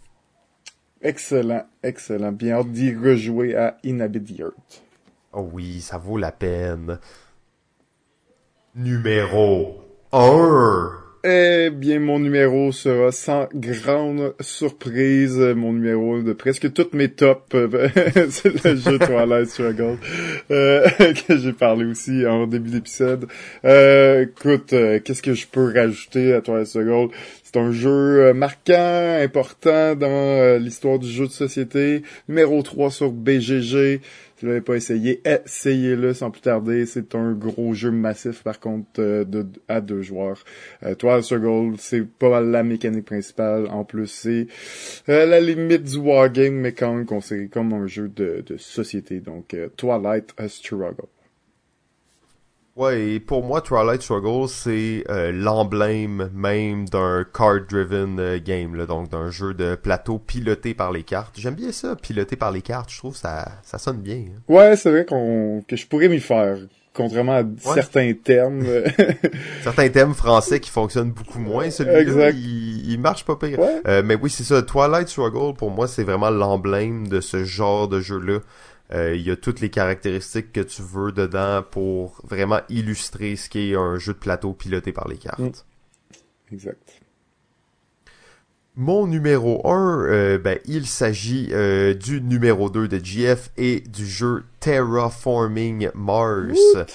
S2: Excellent. Bien hâte d'y rejouer à Inhabit the Earth.
S1: Oh oui, ça vaut la peine. Numéro 1.
S2: Eh bien, mon numéro sera sans grande surprise, mon numéro de presque toutes mes tops. C'est le jeu Twilight Struggle que j'ai parlé aussi en début d'épisode. Écoute, qu'est-ce que je peux rajouter à Twilight Struggle? C'est un jeu marquant, important dans l'histoire du jeu de société. Numéro 3 sur BGG. Si vous l'avez pas essayé, essayez-le sans plus tarder. C'est un gros jeu massif, par contre, à 2 joueurs. Twilight Struggle, c'est pas mal la mécanique principale. En plus, c'est la limite du wargame, mais quand même considéré comme un jeu de société. Donc, Twilight Struggle.
S1: Ouais, et pour moi, Twilight Struggle, c'est l'emblème même d'un card-driven game, là, donc d'un jeu de plateau piloté par les cartes. J'aime bien ça, piloté par les cartes. Je trouve ça sonne bien. Hein.
S2: Ouais, c'est vrai que je pourrais m'y faire, contrairement à certains termes.
S1: Certains thèmes français qui fonctionnent beaucoup moins. Celui-là, il marche pas pire.
S2: Ouais.
S1: Mais oui, c'est ça. Twilight Struggle, pour moi, c'est vraiment l'emblème de ce genre de jeu-là. Il y a toutes les caractéristiques que tu veux dedans pour vraiment illustrer ce qu'est un jeu de plateau piloté par les cartes.
S2: Exact.
S1: Mon numéro 1, il s'agit du numéro 2 de GF et du jeu Terraforming Mars.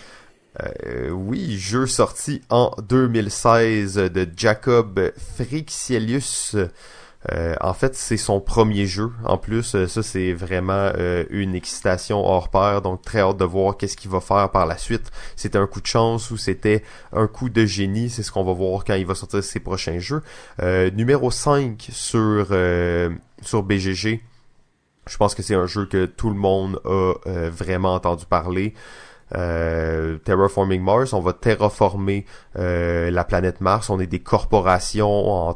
S1: Oui, jeu sorti en 2016 de Jacob Frixielius. En fait, c'est son premier jeu. En plus, ça c'est vraiment une excitation hors pair, donc très hâte de voir qu'est-ce qu'il va faire par la suite. C'était un coup de chance ou c'était un coup de génie, c'est ce qu'on va voir quand il va sortir ses prochains jeux. Numéro 5 sur BGG. Je pense que c'est un jeu que tout le monde a vraiment entendu parler. Terraforming Mars, on va terraformer la planète Mars. On est des corporations en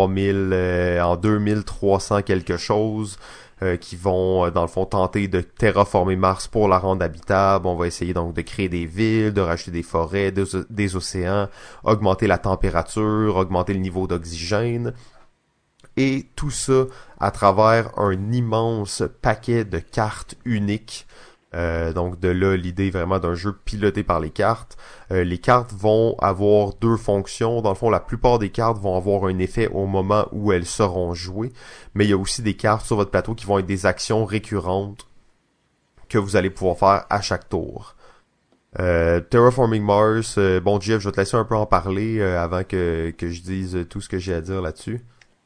S1: 2300 quelque chose qui vont dans le fond tenter de terraformer Mars pour la rendre habitable. On va essayer donc de créer des villes, de rajouter des forêts, des océans, augmenter la température, augmenter le niveau d'oxygène. Et tout ça à travers un immense paquet de cartes uniques. Donc de là l'idée vraiment d'un jeu piloté par les cartes. Les cartes vont avoir 2 fonctions. Dans le fond, la plupart des cartes vont avoir un effet au moment où elles seront jouées. Mais il y a aussi des cartes sur votre plateau qui vont être des actions récurrentes que vous allez pouvoir faire à chaque tour. Terraforming Mars, bon Jeff, je vais te laisser un peu en parler avant que je dise tout ce que j'ai à dire là-dessus.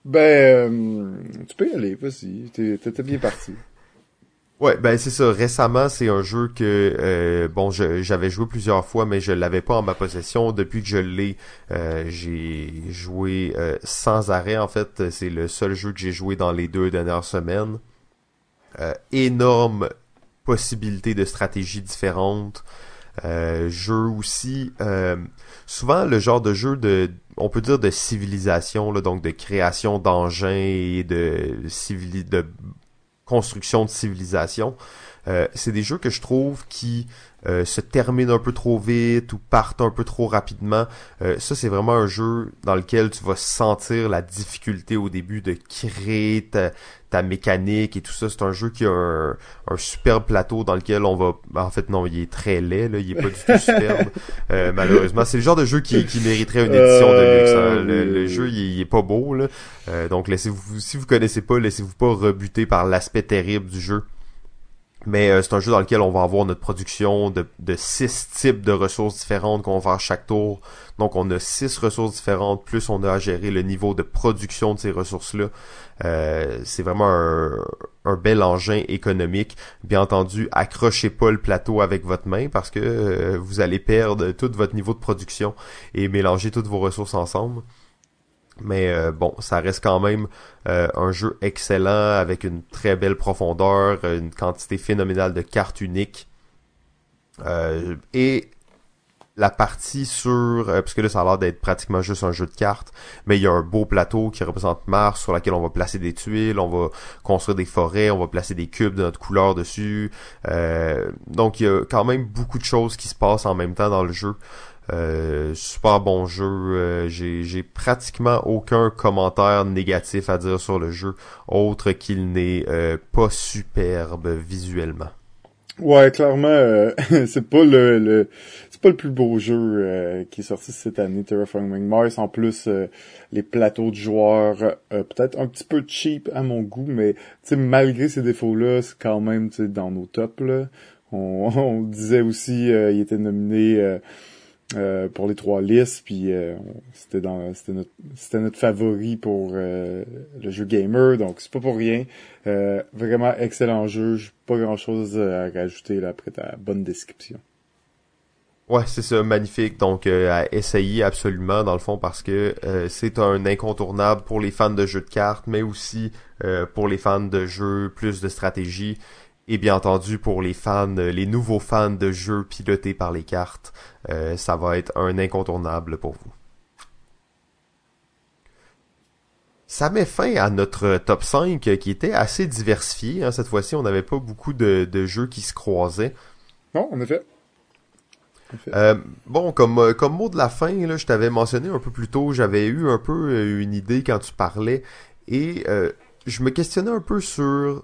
S2: Tu peux y aller, vas-y, t'étais bien parti.
S1: Ouais, c'est ça. Récemment, c'est un jeu que j'avais joué plusieurs fois, mais je l'avais pas en ma possession. Depuis que je l'ai, j'ai joué sans arrêt. En fait, c'est le seul jeu que j'ai joué dans les 2 dernières semaines. Énorme possibilité de stratégies différentes. Jeu aussi, souvent le genre de jeu on peut dire de civilisation, là, donc de création d'engins et de construction de civilisation. C'est des jeux que je trouve qui se terminent un peu trop vite ou partent un peu trop rapidement. Ça, c'est vraiment un jeu dans lequel tu vas sentir la difficulté au début de créer ta mécanique et tout ça. C'est un jeu qui a un superbe plateau dans lequel on va... En fait, non, il est très laid, là. Il est pas du tout superbe. Malheureusement, c'est le genre de jeu qui mériterait une édition de luxe. Hein. Le jeu, il est pas beau, là. Donc, si vous connaissez pas, laissez-vous pas rebuter par l'aspect terrible du jeu. Mais c'est un jeu dans lequel on va avoir notre production de 6 types de ressources différentes qu'on va faire chaque tour. Donc on a 6 ressources différentes, plus on a à gérer le niveau de production de ces ressources-là. C'est vraiment un bel engin économique. Bien entendu, accrochez pas le plateau avec votre main parce que vous allez perdre tout votre niveau de production et mélanger toutes vos ressources ensemble. Mais ça reste quand même un jeu excellent avec une très belle profondeur, une quantité phénoménale de cartes uniques. Et la partie parce que là ça a l'air d'être pratiquement juste un jeu de cartes, mais il y a un beau plateau qui représente Mars sur lequel on va placer des tuiles, on va construire des forêts, on va placer des cubes de notre couleur dessus. Donc il y a quand même beaucoup de choses qui se passent en même temps dans le jeu. Super bon jeu. J'ai pratiquement aucun commentaire négatif à dire sur le jeu, autre qu'il n'est pas superbe visuellement.
S2: Ouais, clairement, c'est pas c'est pas le plus beau jeu qui est sorti cette année, Terraforming Mars. En plus, les plateaux de joueurs, peut-être un petit peu cheap à mon goût, mais tu sais, malgré ces défauts-là, c'est quand même, tu sais, dans nos tops là. On disait aussi, il était nominé pour les 3 listes, puis c'était notre favori pour le jeu gamer, donc c'est pas pour rien. Vraiment excellent jeu, j'ai pas grand chose à rajouter là après ta bonne description.
S1: Ouais, c'est ça, magnifique. Donc, à essayer absolument, dans le fond, parce que c'est un incontournable pour les fans de jeux de cartes, mais aussi pour les fans de jeux plus de stratégie, et bien entendu pour les fans, les nouveaux fans de jeux pilotés par les cartes. Ça va être un incontournable pour vous. Ça met fin à notre top 5 qui était assez diversifié, hein. Cette fois-ci, on n'avait pas beaucoup de jeux qui se croisaient.
S2: Non, en effet. En effet.
S1: Bon, comme mot de la fin, là, je t'avais mentionné un peu plus tôt, j'avais eu un peu une idée quand tu parlais, et je me questionnais un peu sur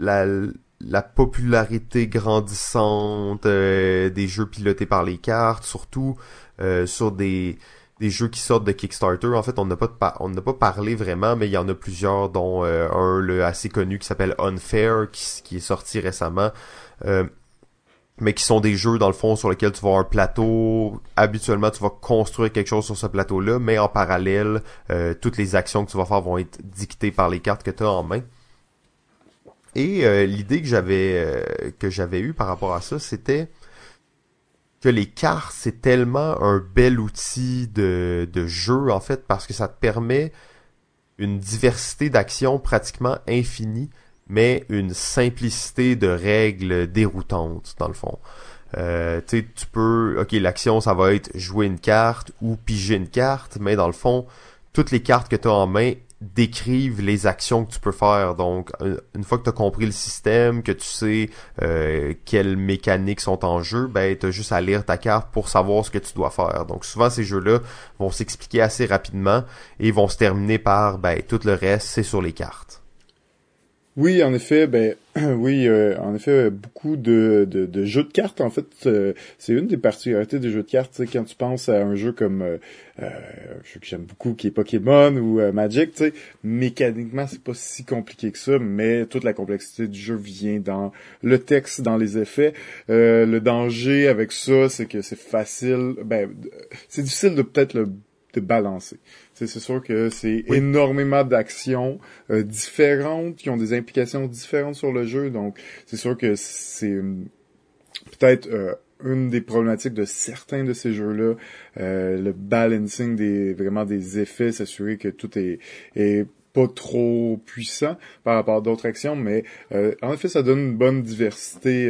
S1: la popularité grandissante des jeux pilotés par les cartes, surtout sur des jeux qui sortent de Kickstarter. En fait, on n'a pas parlé vraiment, mais il y en a plusieurs, dont un assez connu qui s'appelle Unfair, qui est sorti récemment. Mais qui sont des jeux, dans le fond, sur lesquels tu vas avoir un plateau. Habituellement, tu vas construire quelque chose sur ce plateau-là, mais en parallèle, toutes les actions que tu vas faire vont être dictées par les cartes que tu as en main. Et l'idée que j'avais eue par rapport à ça, c'était que les cartes, c'est tellement un bel outil de jeu, en fait, parce que ça te permet une diversité d'actions pratiquement infinie, mais une simplicité de règles déroutantes, dans le fond. Tu sais, ok, l'action, ça va être jouer une carte ou piger une carte, mais dans le fond, toutes les cartes que tu as en main décrivent les actions que tu peux faire. Donc, une fois que tu as compris le système, que tu sais quelles mécaniques sont en jeu, ben, tu as juste à lire ta carte pour savoir ce que tu dois faire. Donc, souvent, ces jeux-là vont s'expliquer assez rapidement et vont se terminer par, ben, tout le reste, c'est sur les cartes.
S2: Oui, en effet, ben oui, en effet, beaucoup de jeux de cartes, en fait, c'est une des particularités des jeux de cartes, tu sais, quand tu penses à un jeu comme un jeu que j'aime beaucoup, qui est Pokémon ou Magic, tu sais, mécaniquement, c'est pas si compliqué que ça, mais toute la complexité du jeu vient dans le texte, dans les effets. Le danger avec ça, c'est que c'est facile, c'est difficile de peut-être de balancer. C'est sûr que c'est
S1: Oui.
S2: énormément d'actions différentes qui ont des implications différentes sur le jeu. Donc, c'est sûr que c'est peut-être une des problématiques de certains de ces jeux-là. Le balancing vraiment des effets, s'assurer que tout est pas trop puissant par rapport à d'autres actions, mais en effet, ça donne une bonne diversité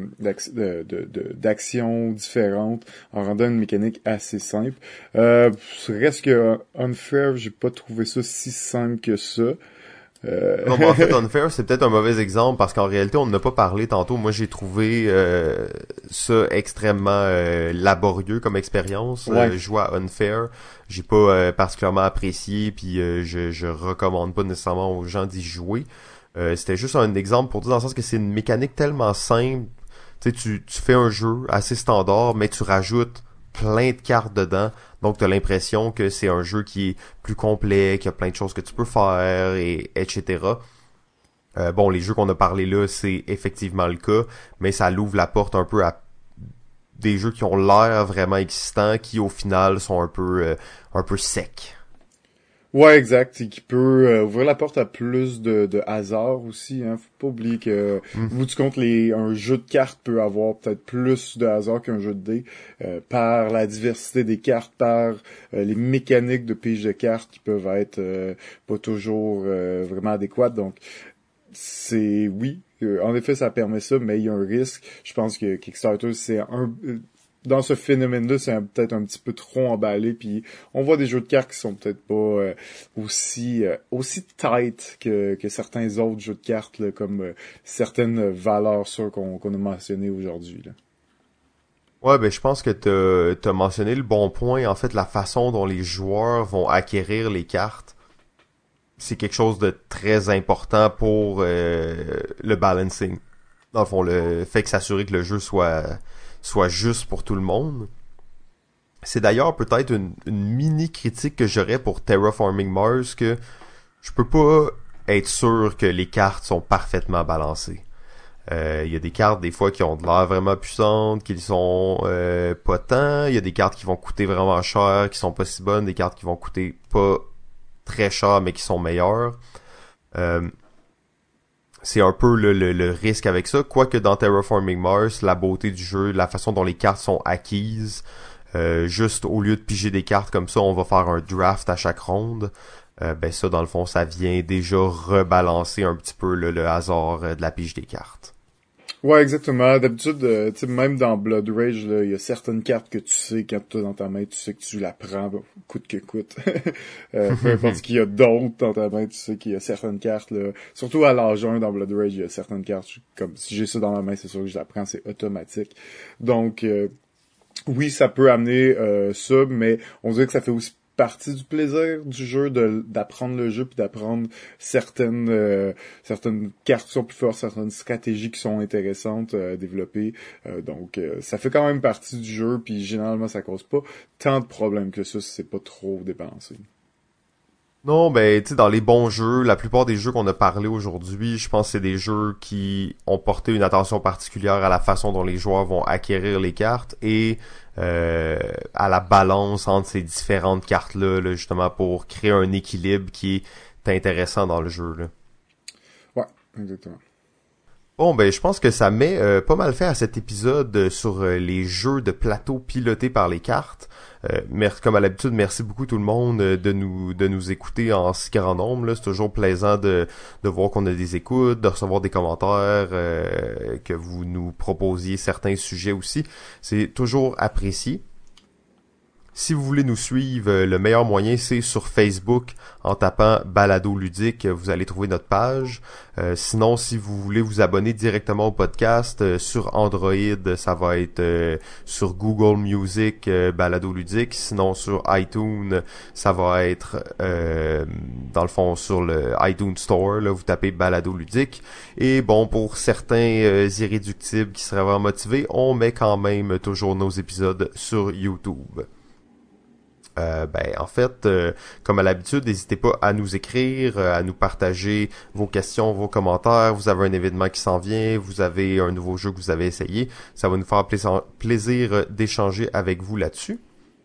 S2: d'actions différentes en rendant une mécanique assez simple. Reste que Unfair, j'ai pas trouvé ça si simple que ça.
S1: Non, mais en fait, Unfair, c'est peut-être un mauvais exemple parce qu'en réalité, on n'a pas parlé tantôt. Moi, j'ai trouvé ça extrêmement laborieux comme expérience.
S2: Ouais.
S1: Jouer à Unfair, j'ai pas particulièrement apprécié, puis je recommande pas nécessairement aux gens d'y jouer. C'était juste un exemple pour dire dans le sens que c'est une mécanique tellement simple. Tu sais, tu fais un jeu assez standard, mais tu rajoutes plein de cartes dedans. Donc, tu as l'impression que c'est un jeu qui est plus complet, qu'il y a plein de choses que tu peux faire, et etc. Bon, les jeux qu'on a parlé là, c'est effectivement le cas, mais ça l'ouvre la porte un peu à des jeux qui ont l'air vraiment existants, qui au final sont un peu secs.
S2: Ouais, exact. Et qui peut ouvrir la porte à plus de hasard aussi. Hein. Faut pas oublier que, au bout du compte, un jeu de cartes peut avoir peut-être plus de hasard qu'un jeu de dés par la diversité des cartes, par les mécaniques de pige de cartes qui peuvent être pas toujours vraiment adéquates. Donc, oui. En effet, ça permet ça, mais il y a un risque. Je pense que Kickstarter, dans ce phénomène-là, c'est peut-être un petit peu trop emballé, puis on voit des jeux de cartes qui sont peut-être pas aussi tight que certains autres jeux de cartes, là, comme certaines valeurs sûres qu'on a mentionnées aujourd'hui. Là.
S1: Ouais, ben je pense que t'as mentionné le bon point. En fait, la façon dont les joueurs vont acquérir les cartes, c'est quelque chose de très important pour le balancing. dans le fond, le fait que s'assurer que le jeu soit juste pour tout le monde. C'est d'ailleurs peut-être une mini critique que j'aurais pour Terraforming Mars, que je peux pas être sûr que les cartes sont parfaitement balancées. Il y a des cartes des fois qui ont de l'air vraiment puissantes, qui sont pas tant. Il y a des cartes qui vont coûter vraiment cher, qui sont pas si bonnes. Des cartes qui vont coûter pas très cher, mais qui sont meilleures. C'est un peu le risque avec ça. Quoique dans Terraforming Mars, la beauté du jeu, la façon dont les cartes sont acquises, juste au lieu de piger des cartes comme ça, on va faire un draft à chaque ronde. Ben ça, dans le fond, ça vient déjà rebalancer un petit peu le hasard de la pige des cartes.
S2: Ouais, exactement. D'habitude, tu sais, même dans Blood Rage, là, il y a certaines cartes que tu sais, quand tu as dans ta main, tu sais que tu la prends, coûte que coûte. Peu importe ce qu'il y a d'autre dans ta main, tu sais qu'il y a certaines cartes, là. Surtout à l'âge 1 dans Blood Rage, il y a certaines cartes, comme si j'ai ça dans ma main, c'est sûr que je la prends, c'est automatique. Donc, oui, ça peut amener ça, mais on dirait que ça fait aussi partie du plaisir du jeu d'apprendre le jeu puis d'apprendre certaines cartes qui sont plus fortes, certaines stratégies qui sont intéressantes à développer. Donc ça fait quand même partie du jeu puis généralement ça cause pas tant de problèmes que ça si c'est pas trop dépensé.
S1: Non, ben, tu sais, dans les bons jeux, la plupart des jeux qu'on a parlé aujourd'hui, je pense que c'est des jeux qui ont porté une attention particulière à la façon dont les joueurs vont acquérir les cartes et à la balance entre ces différentes cartes-là, là, justement, pour créer un équilibre qui est intéressant dans le jeu, là.
S2: Ouais, exactement.
S1: Bon, ben, je pense que ça met pas mal fait à cet épisode sur les jeux de plateau pilotés par les cartes. Comme à l'habitude, merci beaucoup tout le monde de nous écouter en si grand nombre. Là. C'est toujours plaisant de voir qu'on a des écoutes, de recevoir des commentaires, que vous nous proposiez certains sujets aussi. C'est toujours apprécié. Si vous voulez nous suivre, le meilleur moyen, c'est sur Facebook, en tapant Balado Ludique, vous allez trouver notre page. Sinon, si vous voulez vous abonner directement au podcast, sur Android, ça va être sur Google Music, Balado Ludique. Sinon, sur iTunes, ça va être, dans le fond, sur le iTunes Store, là, vous tapez Balado Ludique. Et bon, pour certains irréductibles qui seraient vraiment motivés, on met quand même toujours nos épisodes sur YouTube. En fait, comme à l'habitude, n'hésitez pas à nous écrire, à nous partager vos questions, vos commentaires. Vous avez un événement qui s'en vient, vous avez un nouveau jeu que vous avez essayé. Ça va nous faire plaisir d'échanger avec vous là-dessus.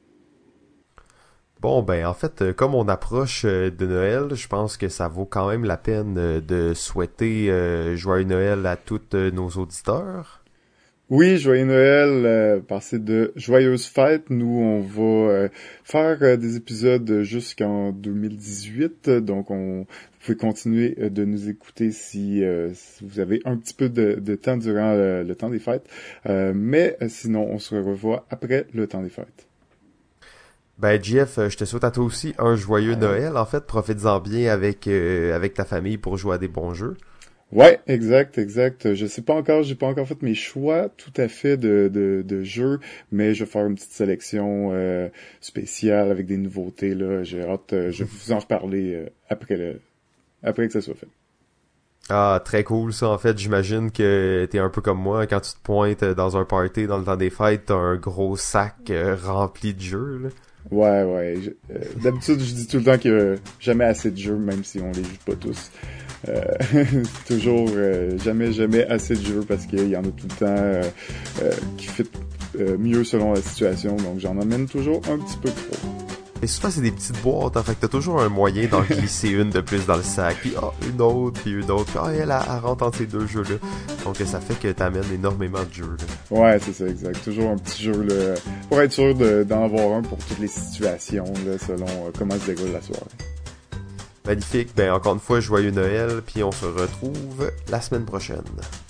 S1: Bon, ben en fait, comme on approche de Noël, je pense que ça vaut quand même la peine de souhaiter joyeux Noël à tous nos auditeurs.
S2: Oui, joyeux Noël, passez de joyeuses fêtes. Nous, on va faire des épisodes jusqu'en 2018, donc vous pouvez continuer de nous écouter si vous avez un petit peu de temps durant le temps des fêtes. Mais sinon, on se revoit après le temps des fêtes.
S1: Ben Jeff, je te souhaite à toi aussi un joyeux Noël. En fait, profites-en bien avec ta famille pour jouer à des bons jeux.
S2: Ouais, exact. Je sais pas encore, j'ai pas encore fait mes choix tout à fait de jeux, mais je vais faire une petite sélection spéciale avec des nouveautés là. J'ai hâte, je vais vous en reparler après que ça soit fait.
S1: Ah, très cool ça. En fait, j'imagine que t'es un peu comme moi. Quand tu te pointes dans un party dans le temps des fêtes, t'as un gros sac rempli de jeux, là.
S2: Ouais. D'habitude, je dis tout le temps qu'il y a jamais assez de jeux, même si on les joue pas tous. Toujours jamais assez de jeux parce qu'il y en a tout le temps qui fit mieux selon la situation. Donc, j'en emmène toujours un petit peu trop.
S1: Et souvent, c'est des petites boîtes, hein, fait que t'as toujours un moyen d'en glisser une de plus dans le sac, puis une autre, puis elle rentre entre ces deux jeux-là. Donc, ça fait que t'amènes énormément de jeux, là.
S2: Ouais, c'est ça, exact. Toujours un petit jeu, là, pour être sûr d'en avoir un pour toutes les situations, là, selon comment se déroule la soirée.
S1: Magnifique. Ben, encore une fois, joyeux Noël, puis on se retrouve la semaine prochaine.